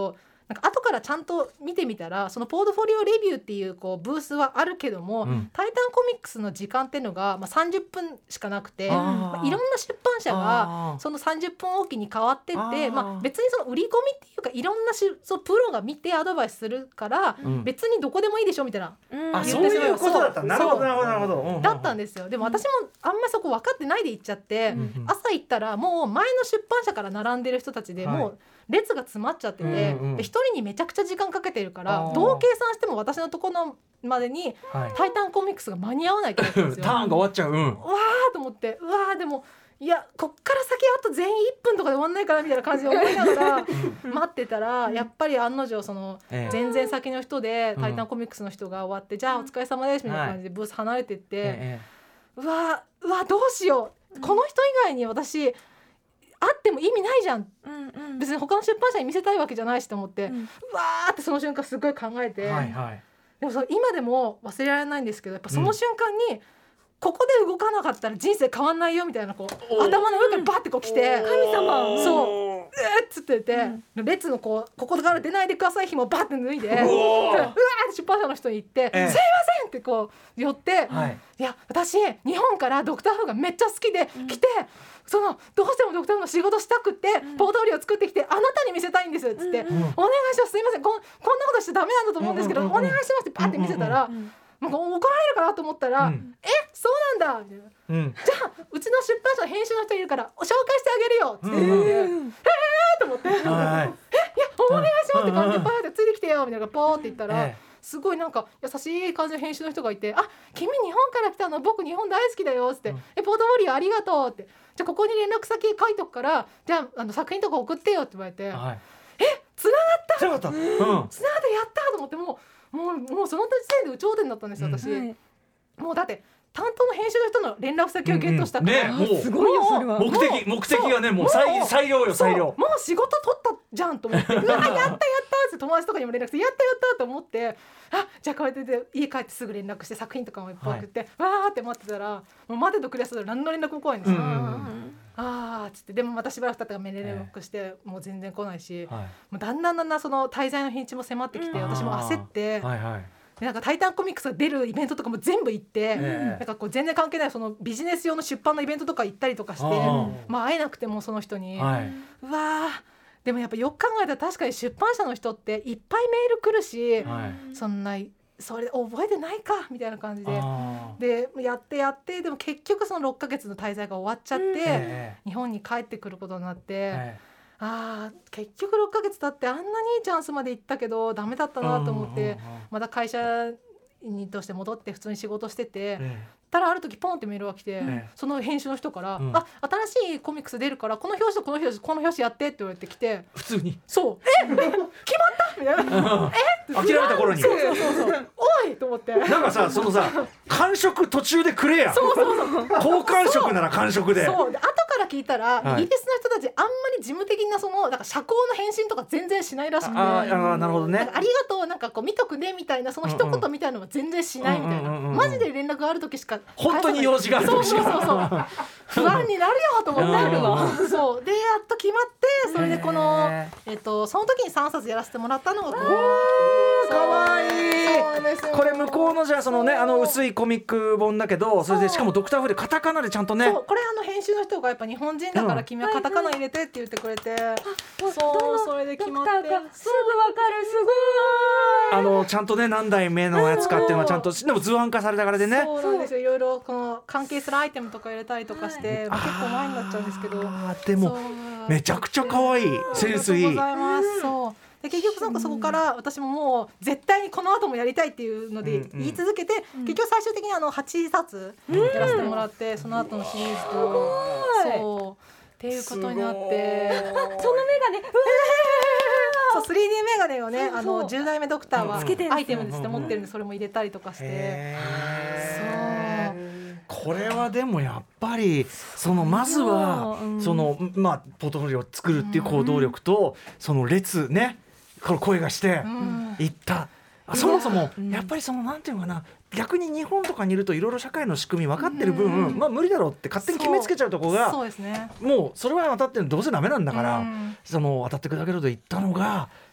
なんか後からちゃんと見てみたらそのポートフォリオレビューっていうこうブースはあるけども、タイタンコミックスの時間っていうのが30分しかなくて、いろんな出版社がその30分おきに変わってって、別にその売り込みっていうかいろんなそのプロが見てアドバイスするから、別にどこでもいいでしょみたいな、 そういうことだった。なるほどなるほどなるほど、 だったんですよ。でも私もあんまりそこ分かってないで行っちゃって、朝行ったらもう前の出版社から並んでる人たちでもう列が詰まっちゃってて、で一人にめちゃくちゃ時間かけてるからどう計算しても私のところまでにタイタンコミックスが間に合わないって言ったんですよ。 ターンが終わっちゃう、わーと思って、でもいやこっから先あと全員1分とかで終わんないかなみたいな感じで思いながら待ってたら、やっぱり案の定その全然先の人でタイタンコミックスの人が終わって、じゃあお疲れ様ですみたいな感じでブース離れてって、うわどうしよう、この人以外に私あっても意味ないじゃん、別に他の出版社に見せたいわけじゃないしと思って、うわーってその瞬間すごい考えて、でも今でも忘れられないんですけど、やっぱその瞬間に、ここで動かなかったら人生変わんないよみたいなこう頭の上からバッてこう来て、神様そうっつってて、列のここから出ないでください紐バッて脱いで、うわーって出版社の人に言って、すいませんってこう寄って、いや私日本からドクター・フーがめっちゃ好きで来て、どうしてもドクターの仕事したくてポートフォリオを作ってきてあなたに見せたいんですっつって、お願いします、すいません、こんなことしてダメなんだと思うんですけど、お願いしますってパッて見せたら、もう怒られるかなと思ったら、そうなんだみたいな、じゃあうちの出版社の編集の人いるから紹介してあげるよって言って、と思って、いやお願いしますって感じでパーってついてきてよみたいなポーって言ったら、すごいなんか優しい感じの編集の人がいて、君日本から来たの、僕日本大好きだよって、ポートフォリオありがとうって、じゃあここに連絡先書いとくからじゃあ作品とか送ってよって言われて、つながったつながってやったと思って、もうその時点で有頂天だったんですよ私、もうだって担当の編集の人の連絡先をゲットしたから、 もうすごいよそれは、目的がねもう採用よ採用、 もう仕事取ったじゃんと思って、うわやったって友達とかにも連絡してやったと思って、じゃあこうやって家帰ってすぐ連絡して作品とかもいっぱい送って、わーって待ってたら、もう待てとクリアすると何の連絡も来ないんですよ、つって、でもまたしばらく経ってから連絡して、もう全然来ないし、もうだんだんその滞在の日にちも迫ってきて、私も焦って、でなんかタイタンコミックスが出るイベントとかも全部行って、なんかこう全然関係ないそのビジネス用の出版のイベントとか行ったりとかして、会えなくてもその人に、うわでもやっぱよく考えたら確かに出版社の人っていっぱいメール来るし、そんなそれ覚えてないかみたいな感じで、やってでも結局その6ヶ月の滞在が終わっちゃって、日本に帰ってくることになって、結局6ヶ月経ってあんなにいいチャンスまで行ったけどダメだったなと思って、また会社にとして戻って普通に仕事してて、たらある時ポンってメールが来て、その編集の人から、新しいコミックス出るからこの表紙とこの表紙やってって言われてきて、 普通にそう決まったみたいな諦めた頃にそうおいと思って、 なんかさそのさ感触途中でくれや、好感触なら感触で、 そうで後から聞いたら、イギリスの人たちあんまり事務的なそのなんか社交の返信とか全然しないらしくて、 なるほどね、 ありがとうなんかこう見とくねみたいなその一言みたいなのは全然しないみたいな、マジで連絡がある時しか本当に用事がある時しか不安になるよと思ってそうでやっと決まって、それでこのその時に3冊やらせてもらったのがかわいい。これ向こうのじゃあそのね薄いコミック本だけど、それでしかもドクター風でカタカナでちゃんとね、 そうこれ編集の人がやっぱ日本人だから君はカタカナ入れてって言ってくれて、それで決まって、 すぐわかる、すごいちゃんとね何代目のやつかっていうのはちゃんと、でも図案化されたからでね、 そうなんですよ、いろいろこの関係するアイテムとか入れたりとかして、結構前になっちゃうんですけど、 でもめちゃくちゃ可愛い、センスいい。ありがとうございます。 そうで結局なんかそこから私ももう絶対にこの後もやりたいっていうので言い続けて、結局最終的に8冊やらせてもらって、その後のシリーズとそうっていうことになって、 そのメガネそう 3D メガネをね10代目ドクターはアイテムですって持ってるんで、それも入れたりとかして、 これはでもやっぱりまずはポートフォリオを作るっていう行動力と、その列ね、この声がしていった、そもそもやっぱりなんていうのかな、逆に日本とかにいるといろいろ社会の仕組み分かってる分、無理だろうって勝手に決めつけちゃうとこが、もうそれは当たってるのどうせダメなんだから、当たってくだけると言ったのが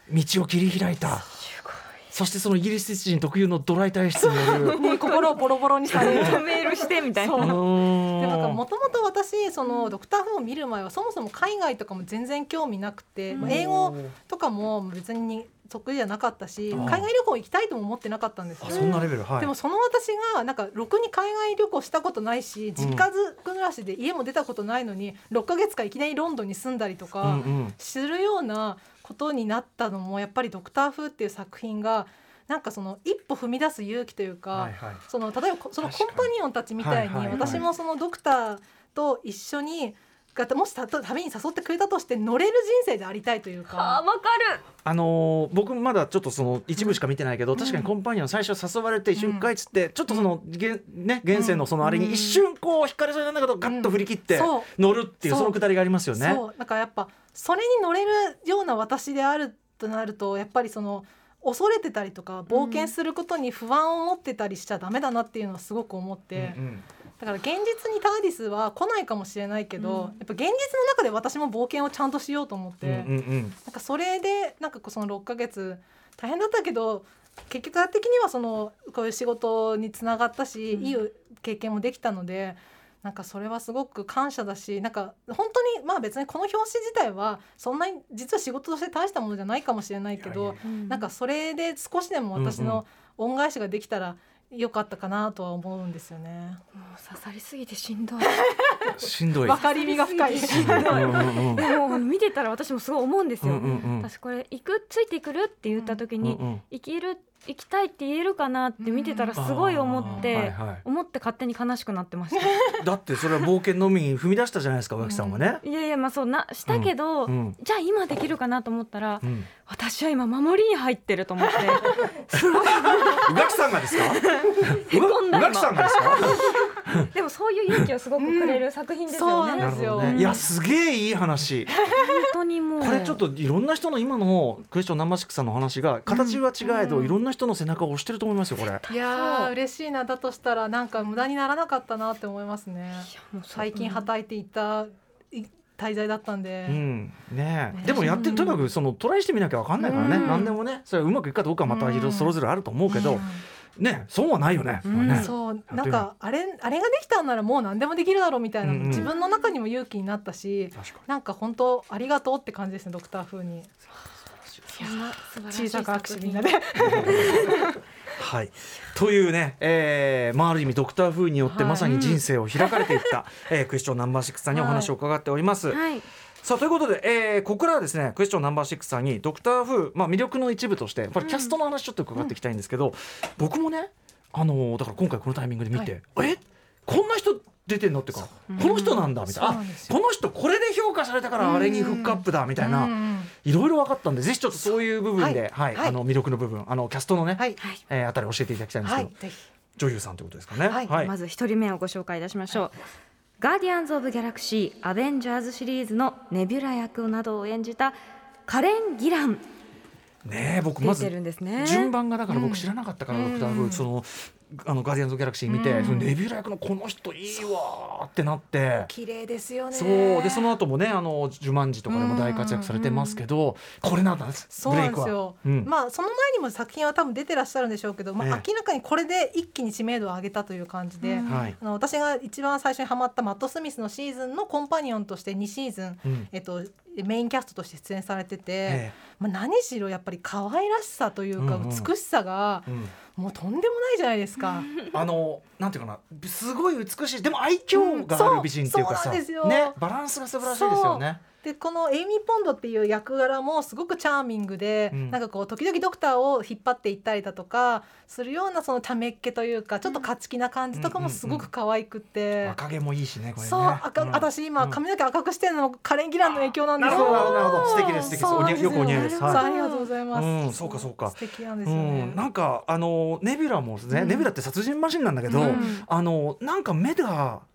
道を切り開いた。そしてそのイギリス人特有のドライ体質によるに心をボロボロにされるメールしてみたいな。 でもともと私そのドクターフを見る前はそもそも海外とかも全然興味なくて、英語とかも別に得意じゃなかったし、海外旅行行きたいとも思ってなかったんですよ。 そんなレベル、はい、 でもその私がなんかろくに海外旅行したことないし、実家暮らしで家も出たことないのに6ヶ月間いきなりロンドンに住んだりとかするようなことになったのも、やっぱりドクター風っていう作品がなんかその一歩踏み出す勇気というか、その例えばそのコンパニオンたちみたいに私もそのドクターと一緒にもし旅に誘ってくれたとして乗れる人生でありたいというか。 わかる。 僕まだちょっとその一部しか見てないけど、確かにコンパニオン最初誘われて一瞬回っつって、ちょっとその現世のそのあれに一瞬こう惹かれそうになるんだけど、ガッと振り切って乗るっていうそのくだりがありますよね。 そうだからやっぱそれに乗れるような私であるとなると、やっぱりその恐れてたりとか冒険することに不安を持ってたりしちゃダメだなっていうのはすごく思って、だから現実にターディスは来ないかもしれないけど、やっぱ現実の中で私も冒険をちゃんとしようと思って、なんかそれでなんかその6ヶ月大変だったけど、結局的にはそのこういう仕事につながったし、いい経験もできたので、なんかそれはすごく感謝だし、なんか本当にまあ別にこの表紙自体はそんなに実は仕事として大したものじゃないかもしれないけど、なんかそれで少しでも私の恩返しができたら良かったかなとは思うんですよね。 もう刺さりすぎてしんどいしんどい、 分かりみが深い。 でも見てたら私もすごい思うんですよ。私これついてくるって言った時に、行きたいって言えるかなって見てたらすごい思って勝手に悲しくなってました。 だってそれは冒険の海に踏み出したじゃないですか、脇さんはね。 いやいや、まあそうしたけど、じゃあ今できるかなと思ったら、私は今守りに入ってると思ってすごい宇垣さんがですか？宇垣さんがですか？ でもそういう勇気をすごくくれる作品ですよね。 そうなんですよ。 いやすげえいい話。 本当にもうこれちょっといろんな人の今のクエスチョンナンバー6さんの話が形は違えど、いろんな人の背中を押してると思いますよこれ。 いや嬉しいな。だとしたらなんか無駄にならなかったなって思いますね。最近はたいていた滞在だったんで、 でもやってとにかくそのトライしてみなきゃ分かんないからね、何でもね、それうまくいくかどうかはまたそれぞれあると思うけど、ね、損はないよね。 そうなんかあれができたんならもう何でもできるだろうみたいな、自分の中にも勇気になったし、なんか本当ありがとうって感じですね、ドクター風に。小さく握手みんなではい、というね、ある意味ドクター風によってまさに人生を開かれていった、クエスチョンナンバー6さんにお話を伺っております。さあということで、ここからはですねクエスチョンナンバー6さんにドクター風、魅力の一部としてやっぱりキャストの話ちょっと伺っていきたいんですけど、僕もねだから今回このタイミングで見て、こんな人出てんのってか、この人なんだみたいな、この人これで評価されたからあれにフックアップだみたいな、いろいろ分かったんで、ぜひちょっとそういう部分で、魅力の部分キャストのね、あたり教えていただきたいんですけど、女優さんということですかね。 まず一人目をご紹介いたしましょう。ガーディアンズ・オブ・ギャラクシー、アベンジャーズシリーズのネビュラ役などを演じたカレン・ギラン。 僕まず順番がだから僕知らなかったから、ドクター風そのガーディアンズ・ギャラクシー見て、ネビュラ役のこの人いいわってなって、 綺麗ですよね。 そうでその後もねジュマンジとかでも大活躍されてますけど、これなんだそうなんですよ。その前にも作品は多分出てらっしゃるんでしょうけど、明らかにこれで一気に知名度を上げたという感じで、私が一番最初にハマったマット・スミスのシーズンのコンパニオンとして2シーズン、メインキャストとして出演されてて、何しろやっぱり可愛らしさというか、美しさが、もうとんでもないじゃないですか。 なんていうかな、すごい美しい、でも愛嬌がある美人っていうかさ、バランスが素晴らしいですよね。 でこのエイミー・ポンドっていう役柄もすごくチャーミングで、なんかこう時々ドクターを引っ張っていったりだとかするようなそのためっ気というか、ちょっと勝ち気な感じとかもすごく可愛くて、 赤毛もいいしねこれね。 そう、私今髪の毛赤くしてるのもカレン・ギランの影響なんですよ。 なるほど、素敵です、素敵です。よくお似合いです。 ありがとうございます。 そうかそうか、 素敵なんですよね。 なんかネビュラもね、ネビュラって殺人マシンなんだけど、なんか目が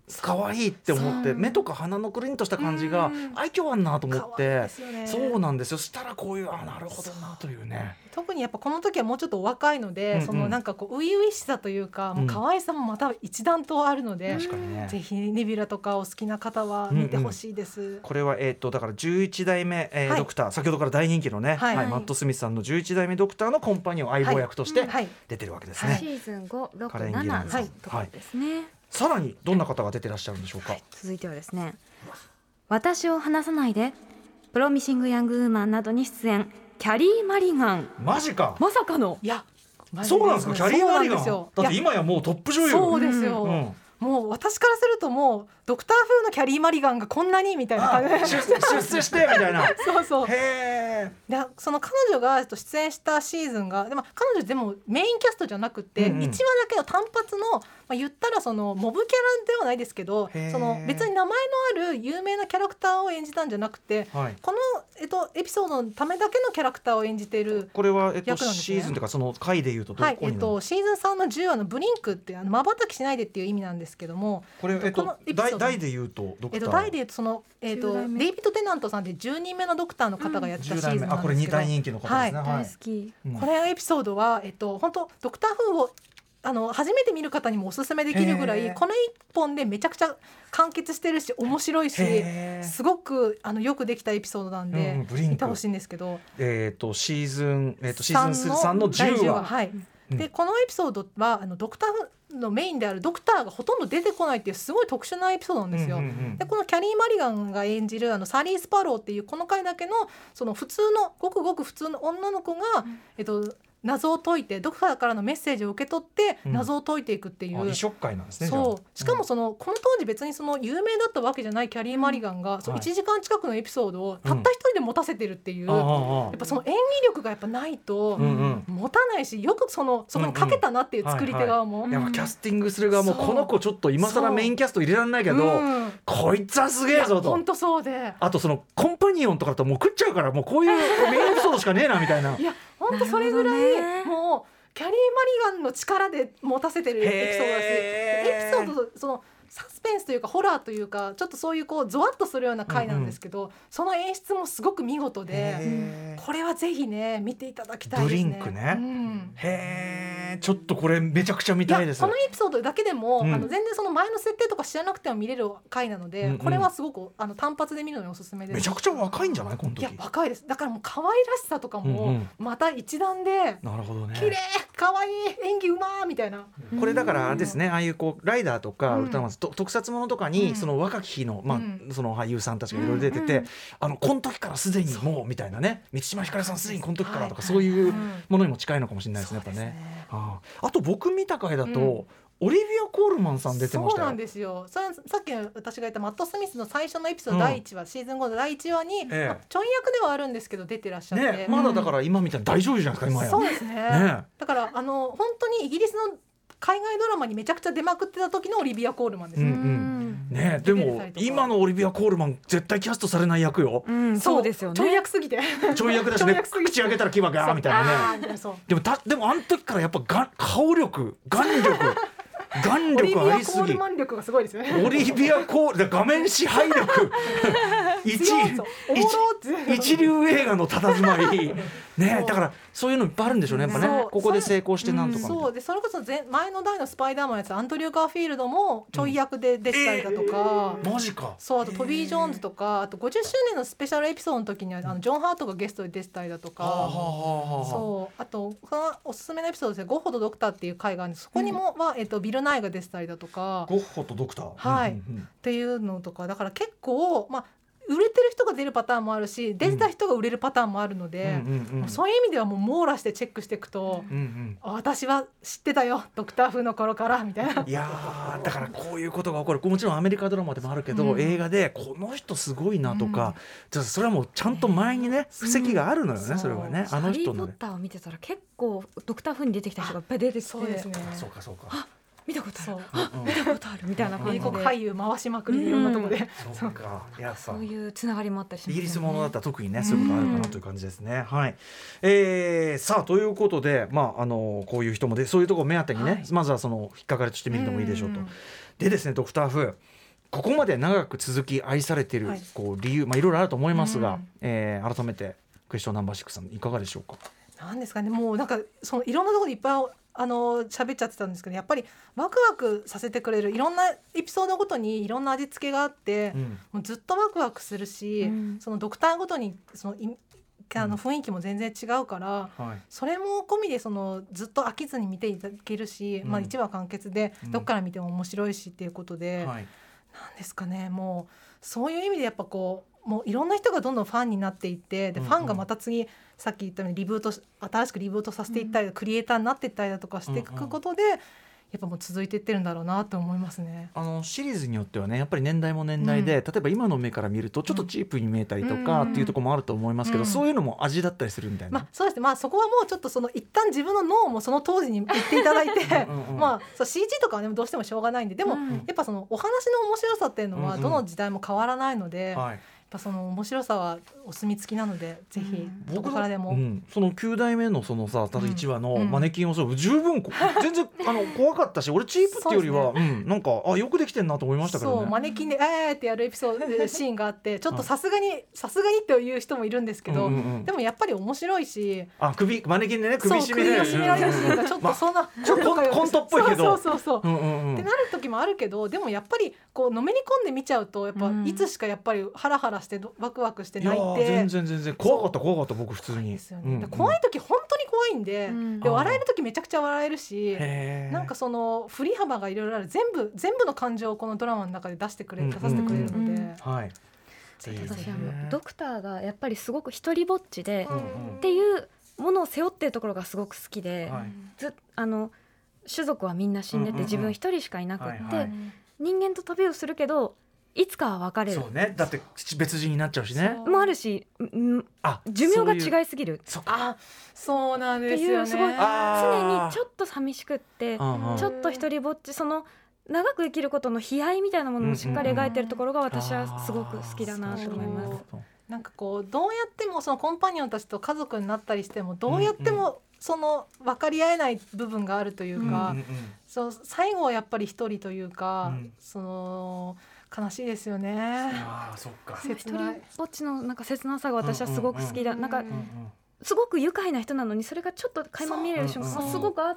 可愛いって思って、目とか鼻のクリンとした感じが愛嬌あんなと思って、そうなんですよ。したらこういうなるほどなというね。 特にやっぱこの時はもうちょっとお若いので、そのなんかこう初々しさというか、もう可愛さもまた一段とあるので、ぜひネビュラとかお好きな方は見てほしいです。 これはだから11代目、ドクター、先ほどから大人気のね、マット・スミスさんの11代目ドクターのコンパニオン相棒役として出てるわけですね。 シーズン5、6、7とかですね。 さらにどんな方が出てらっしゃるんでしょうか。 続いてはですね、私を離さないで、プロミシング・ヤング・ウーマンなどに出演、キャリー・マリガン。 マジか。 まさかの。 いや、 そうなんですか。キャリー・マリガンだって今やもうトップ女優。 そうですよ、もう私からするともうドクター風のキャリー・マリガンがこんなにみたいな感じで出世してみたいなそうそう。 へでその彼女が出演したシーズンがでも彼女でもメインキャストじゃなくて、1話だけの単発の、言ったらそのモブキャラではないですけど、その別に名前のある有名なキャラクターを演じたんじゃなくて、この、エピソードのためだけのキャラクターを演じているこれは、 役なんですね。 シーズンというかその回でいうとどこになるの？ シーズン3の10話のブリンクって瞬きしないでっていう意味なんですけども、 これ、この代でいうとドクター、 代でいうとその、デイビッド・テナントさんで10人目のドクターの方がやったシーズンなんですけど、 これ2大人気の方ですね。 大好き。 これエピソードは、本当ドクター風を初めて見る方にもおすすめできるぐらい、この一本でめちゃくちゃ完結してるし面白いし、すごくよくできたエピソードなんで、見てほしいんですけど、 シーズン3の10話、 でこのエピソードはドクターのメインであるドクターがほとんど出てこないっていうすごい特殊なエピソードなんですよ。でこのキャリー・マリガンが演じるサリー・スパローっていうこの回だけのその普通のごくごく普通の女の子が、謎を解いてドクターからのメッセージを受け取って謎を解いていくっていう、 異色回なんですね。 そうしかもこの当時別にその有名だったわけじゃないキャリー・マリガンが、1時間近くのエピソードをたった一人で持たせてるっていう、やっぱその演技力がやっぱないと持たないし、よくそこにかけたなっていう作り手側も、 やっぱキャスティングする側もこの子ちょっと今更メインキャスト入れられないけど、こいつはすげえぞと。 本当そうで、 あとそのコンパニオンとかだともう食っちゃうから、もうこういうメインエピソードしかねえなみたいな。 いや本当それぐらいもうキャリー・マリガンの力で持たせてるエピソードだし、エピソードそのサスペンスというかホラーというかちょっとそういうゾワッとするような回なんですけど、その演出もすごく見事で、これはぜひね見ていただきたいですね。 ブリンクね、へー、ちょっとこれめちゃくちゃ見たいです。 このエピソードだけでも、全然その前の設定とか知らなくても見れる回なので、これはすごく単発で見るのにおすすめです。 めちゃくちゃ若いんじゃないこの時。 いや若いです。だからもう可愛らしさとかもまた一段で、 なるほどね、 綺麗可愛い演技うまーみたいな。 これだからですね、ああいうライダーとかウルトラマン特撮ものとかに、その若き日の、その俳優さんたちがいろいろ出てて、この時からすでにもうみたいなね、満島ひかりさんすでにこの時からとか、そういうものにも近いのかもしれないですね、やっぱね。あと僕見た回だと、オリビア・コールマンさん出てましたよ。 そうなんですよ。さっき私が言ったマット・スミスの最初のエピソード第1話、シーズン5の第1話に、ちょい役ではあるんですけど出てらっしゃって、 まだだから今みたいな大女優じゃないですか今や。 そうですね。だから本当にイギリスの海外ドラマにめちゃくちゃ出まくってた時のオリビア・コールマンですね。でも今のオリビア・コールマン絶対キャストされない役よ。 そうですよね。 ちょい役すぎてちょい役だしね、口開けたら牙がガーみたいなね。でもあの時からやっぱ顔力、眼力ありすぎ。 オリビア・コールマン力がすごいですよね。 オリビア・コール画面支配力一流映画の佇まいね。だからそういうのいっぱいあるんでしょうね、やっぱね。ここで成功してなんとか。 そうで、それこそ前の代のスパイダーマンのやつアンドリュー・ガーフィールドもちょい役で出たりだとか、 マジか。 そう、あとトビー・ジョーンズとか、あと50周年のスペシャルエピソードの時にはジョン・ハートがゲストで出てたりだとか、そう、あとおすすめのエピソードですね、ゴッホとドクターっていう回があるんです。そこにもビル・ナイが出てたりだとか、 ゴッホとドクター、 はいっていうのとか、だから結構売れてる人が出るパターンもあるし、出た人が売れるパターンもあるので、そういう意味ではもう網羅してチェックしていくと、私は知ってたよドクター風の頃からみたいな。 いやだからこういうことが起こる。もちろんアメリカドラマでもあるけど、映画でこの人すごいなとか、それはもうちゃんと前にね布石があるのよね、それはね。 ハリー・ポッターを見てたら結構ドクター風に出てきた人がいっぱい出てきて、 そうですね。 そうか見たことあるみたいな感じで、 俳優回しまくりいろんなところで、 そういうつながりもあったりしますね。 イギリスものだったら特にね、そういうことあるかなという感じですね。はい。さあということで、こういう人もでそういうところを目当てにね、まずはその引っかかりとして見るのもいいでしょうと。でですね、ドクター風ここまで長く続き愛されているこう理由、いろいろあると思いますが、改めてクエスチョンナンバー6さんいかがでしょうか。 なんですかね、もうなんかそのいろんなところでいっぱい喋っちゃってたんですけど、やっぱりワクワクさせてくれるいろんなエピソードごとにいろんな味付けがあって、もうずっとワクワクするし、そのドクターごとにその雰囲気も全然違うから、それも込みでそのずっと飽きずに見ていただけるし、1話完結でどっから見ても面白いしっていうことで、なんですかね、もうそういう意味でやっぱこうもういろんな人がどんどんファンになっていって、でファンがまた次さっき言ったように新しくリブートさせていったり、クリエイターになっていったりだとかしていくことで、やっぱもう続いていってるんだろうなと思いますね。 シリーズによってはねやっぱり年代も年代で、例えば今の目から見るとちょっとチープに見えたりとかっていうところもあると思いますけど、そういうのも味だったりするみたいな。 そうですね、そこはもうちょっとその一旦自分の脳もその当時に言っていただいてそう CG とかは、ね、どうしてもしょうがないんで、でも、やっぱそのお話の面白さっていうのはどの時代も変わらないので、やっぱその面白さはお墨付きなので、ぜひどこからでも、 その9代目のそのさ1話のマネキンを十分全然怖かったし、俺チープっていうよりは、なんかよくできてんなと思いましたけどね。 そうマネキンでってやるエピソードシーンがあってちょっとさすがにっていう人もいるんですけど、でもやっぱり面白いし、 マネキンでね首絞められるシーンがちょっとそんなコントっぽいけど、 そうってなる時もあるけど、でもやっぱりこうのめり込んで見ちゃうと、やっぱいつしかやっぱりハラハラしてワクワクして泣いて、 全然怖かった僕普通にですよね。怖い時本当に怖いんで、で笑える時めちゃくちゃ笑えるし、なんかその振り幅がいろいろある、全部の感情をこのドラマの中で出させてくれるので、 私ドクターがやっぱりすごく一人ぼっちで、っていうものを背負ってるところがすごく好きで、種族はみんな死んでて自分一人しかいなくって、人間と旅をするけどいつかは別れる。 そうね、だって別人になっちゃうしね。 もあるし、寿命が違いすぎる。 そうなんですよね。 すごい常にちょっと寂しくって、ちょっと一人ぼっち、その長く生きることの悲哀みたいなものもしっかり描いてるところが私はすごく好きだなと思います。 なんかこうどうやってもそのコンパニオンたちと家族になったりしてもどうやってもその分かり合えない部分があるというか、そう最後はやっぱり一人というか、その悲しいですよね。 そっか。 一人ぼっちのなんか切なさが私はすごく好きだ。なんかすごく愉快な人なのにそれがちょっと垣間見れる瞬間がすごくあって、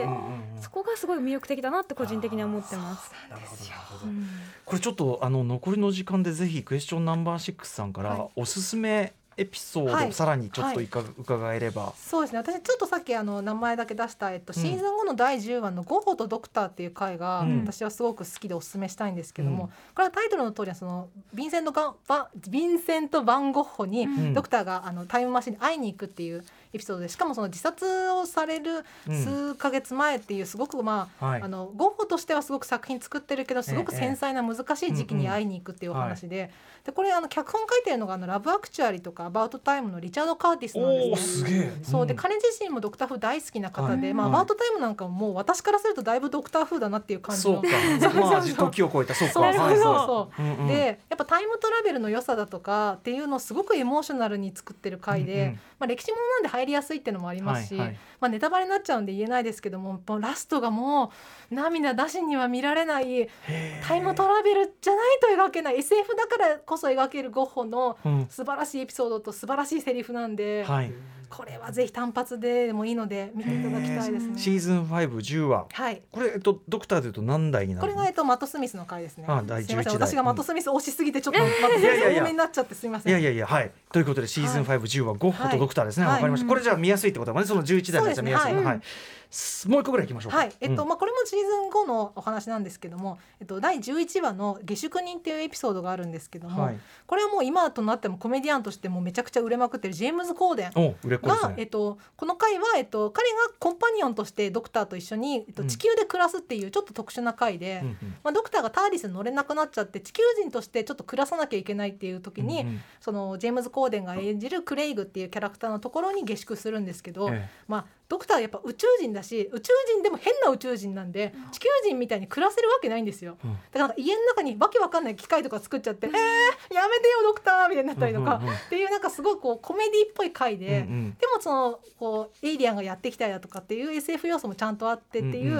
そこがすごい魅力的だなって個人的には思ってます。 なるほど。これちょっと残りの時間でぜひクエスチョンナンバー6さんからおすすめエピソード、さらにちょっと伺えれば。 そうですね、私ちょっとさっき名前だけ出した、シーズン5の第10話のゴッホとドクターっていう回が、私はすごく好きでおすすめしたいんですけども、これはタイトルの通りはそのヴィンセント・バン・ゴッホにドクターがタイムマシンに会いに行くっていうエピソードで、しかもその自殺をされる数ヶ月前っていうすごくゴッホとしてはすごく作品作ってるけどすごく繊細な難しい時期に会いに行くっていうお話で、でこれ脚本書いてるのがラブアクチュアリとかアバウトタイムのリチャード・カーティスなんですね。そうで彼自身もドクター風大好きな方で、アバウトタイムなんかももう私からするとだいぶドクター風だなっていう感じの、 時を超えたでやっぱタイムトラベルの良さだとかっていうのをすごくエモーショナルに作ってる回で、歴史ものなんで入りやすいっていうのもありますし、ネタバレになっちゃうんで言えないですけども、ラストがもう涙なしには見られないタイムトラベルじゃないと描けない SF だからこそ描けるゴッホの素晴らしいエピソードと素晴らしいセリフなんで、これはぜひ単発でもいいので見ていただきたいですね。 シーズン5、10話、これ、ドクターでいうと何代になるの？ これが、マット・スミスの回ですね。 第11代。 すみません、私がマット・スミス推しすぎてちょっとマット・スミス多めになっちゃってすみません。 ということでシーズン5、10話ゴッホとドクターですね。わかりました。これじゃあ見やすいってことはね、その11代のやつは見やすい。もう一個ぐらいいきましょうか。 これもシーズン5のお話なんですけども、第11話の下宿人っていうエピソードがあるんですけども、これはもう今となってもコメディアンとしてもめちゃくちゃ売れまくってるジェームズ・コーデンが、この回は、彼がコンパニオンとしてドクターと一緒に、地球で暮らすっていうちょっと特殊な回で、ドクターがターディスに乗れなくなっちゃって地球人としてちょっと暮らさなきゃいけないっていう時に、そのジェームズ・コーデンが演じるクレイグっていうキャラクターのところに下宿するんですけど、ドクターはやっぱ宇宙人だし、宇宙人でも変な宇宙人なんで地球人みたいに暮らせるわけないんですよ。だから家の中にわけわかんない機械とか作っちゃって、やめてよドクターみたいになったりとかっていうなんかすごいコメディっぽい回で、でもそのエイリアンがやってきたりだとかっていう SF 要素もちゃんとあってっていう、なん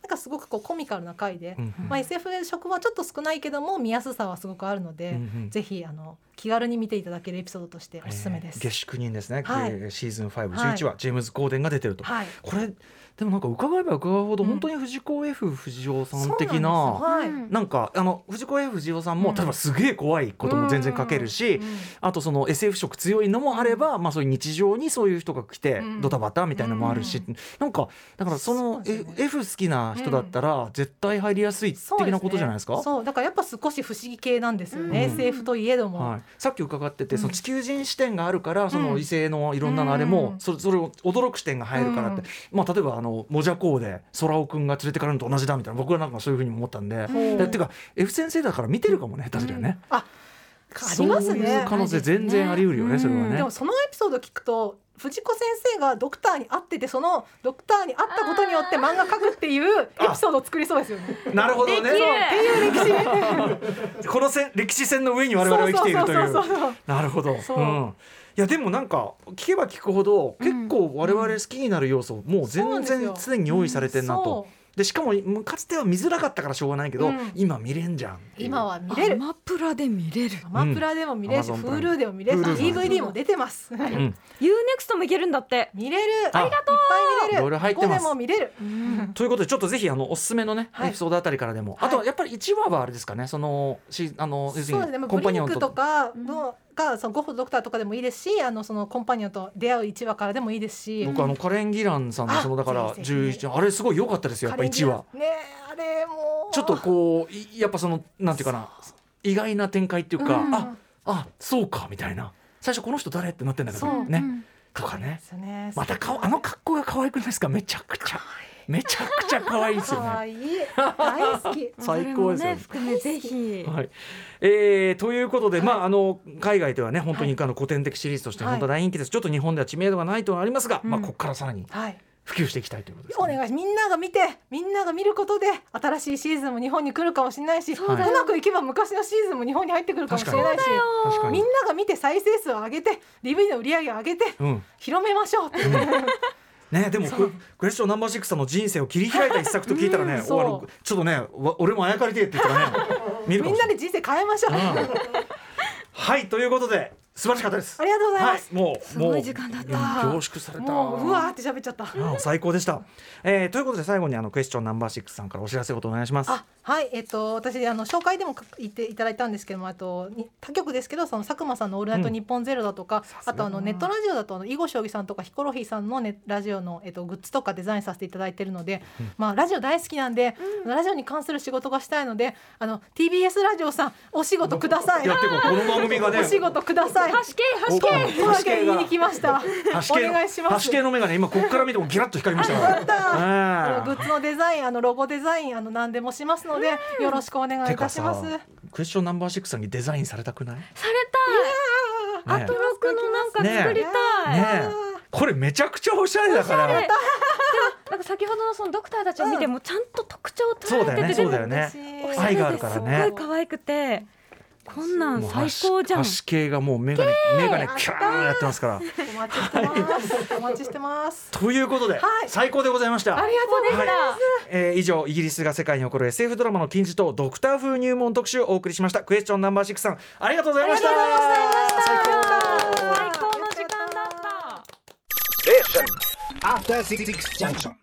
なんかすごくこうコミカルな回で、 うんうん SF 色はちょっと少ないけども見やすさはすごくあるので、 うんうんぜひ気軽に見ていただけるエピソードとしておすすめです。 下宿人ですね、 はいシーズン5、11話、ジェームズ・コーデンが出てると、 はいこれでもなんか伺えば伺うほど本当に藤子 F 不二雄さん的な、 はいなんか藤子 F 不二雄さんも、例えばすげえ怖いことも全然書けるし、あとその SF 色強いのもあれば、まあそういう日常にそういう人が来て、ドタバタみたいなのもあるし、なんかだからその、F 好きな人だったら絶対入りやすい的なことじゃないですか。 そうだからやっぱ少し不思議系なんですよね、SF といえども、 はい、さっき伺っててその地球人視点があるから、その異性のいろんなのあれも、それを驚く視点が入るからって、まあ、例えばもじゃこうで空尾くんが連れてかれるのと同じだみたいな、僕はなんかそういうふうに思ったんで、っていうか F 先生だから見てるかもね、確かにね、 ありますね。 そういう可能性全然あり得るよね、それはね。 でもそのエピソード聞くと藤子先生がドクターに会ってて、そのドクターに会ったことによって漫画描くっていうエピソードを作りそうですよね。 なるほどね。 っていう歴史この歴史線の上に我々は生きているという。 そうなるほど。いやでもなんか聞けば聞くほど、結構我々好きになる要素、もう全然常に用意されてんなと。でしかもかつては見づらかったからしょうがないけど、今見れんじゃん。 今は見れる。 アマプラで見れる。 アマプラでも見れるし、Hulu でも見れるし、DVD も出てます。 UNEXT もいけるんだって。 見れる。 ありがとう。 いっぱい見れる。 いろいろ入ってます。 ここでも見れる。 ということでちょっとぜひおすすめのねエピソードあたりからでも、あとやっぱり1話はあれですかね、その要するにコンパニオンとかそのゴッホドクターとかでもいいですし、そのコンパニオンと出会う1話からでもいいですし、 僕カレン・ギランさんのそのだから11話、あれすごい良かったですよ、やっぱ1話ね。あれもちょっとこうやっぱそのなんていうかな、意外な展開っていうか、あそうかみたいな、最初この人誰ってなってんだけどね、とかね、また格好が可愛くないですか、めちゃくちゃ可愛いですよね。 可愛い、大好き。 最高ですよね。 含めぜひ。 はい。ということで、まあ海外ではね本当に古典的シリーズとして本当大人気です。ちょっと日本では知名度がないとはありますが、まあここからさらに普及していきたいということですね。 お願いします。みんなが見て、みんなが見ることで新しいシーズンも日本に来るかもしれないし、うまくいけば昔のシーズンも日本に入ってくるかもしれないし、みんなが見て再生数を上げて DVD の売り上げを上げて、広めましょう。 ね、でもクエスチョンナンバー6さんの人生を切り開いた一作と聞いたらね、ちょっとね俺もあやかりてえって言ったらね見るかもしれない。 みんなで人生変えましょう。 はい、ということで素晴らしかったです。 ありがとうございます。 もうすごい時間だった。 凝縮された。 もううわーって喋っちゃった。 最高でした。ということで最後にクエスチョンナンバー6さんからお知らせことお願いします。 はい、私紹介でも言っていただいたんですけども、他局ですけど、その佐久間さんのオールナイトニッポンゼロだとか、あとネットラジオだと囲碁将棋さんとかヒコロヒーさんのラジオのグッズとかデザインさせていただいているので、まあラジオ大好きなんで、ラジオに関する仕事がしたいので、TBS ラジオさんお仕事ください。 いやてかこの番組がね、 お仕事ください。 端系言いに来ました。お願いします。 端系の目がね今ここから見てもギラッと光りましたから。 グッズのデザインロゴデザイン何でもしますので、よろしくお願いいたします。 クエスチョンナンバー6さんにデザインされたくない？ されたい。アトロクのなんか作りたい。 これめちゃくちゃおしゃれだから。 なんか先ほどのそのドクターたちを見てもちゃんと特徴を捉えてて、 そうだよね。愛があるからね。 すごい可愛くて。こんなん最高じゃん。 端系がもうメガネキャーやってますから。 お待ちしてます。 ということで最高でございました。 ありがとうございます。以上イギリスが世界に誇る SF ドラマの金字塔ドクター風入門特集をお送りしました。クエスチョンナンバー6さんありがとうございました。 最高の時間だった。 After 66 junction.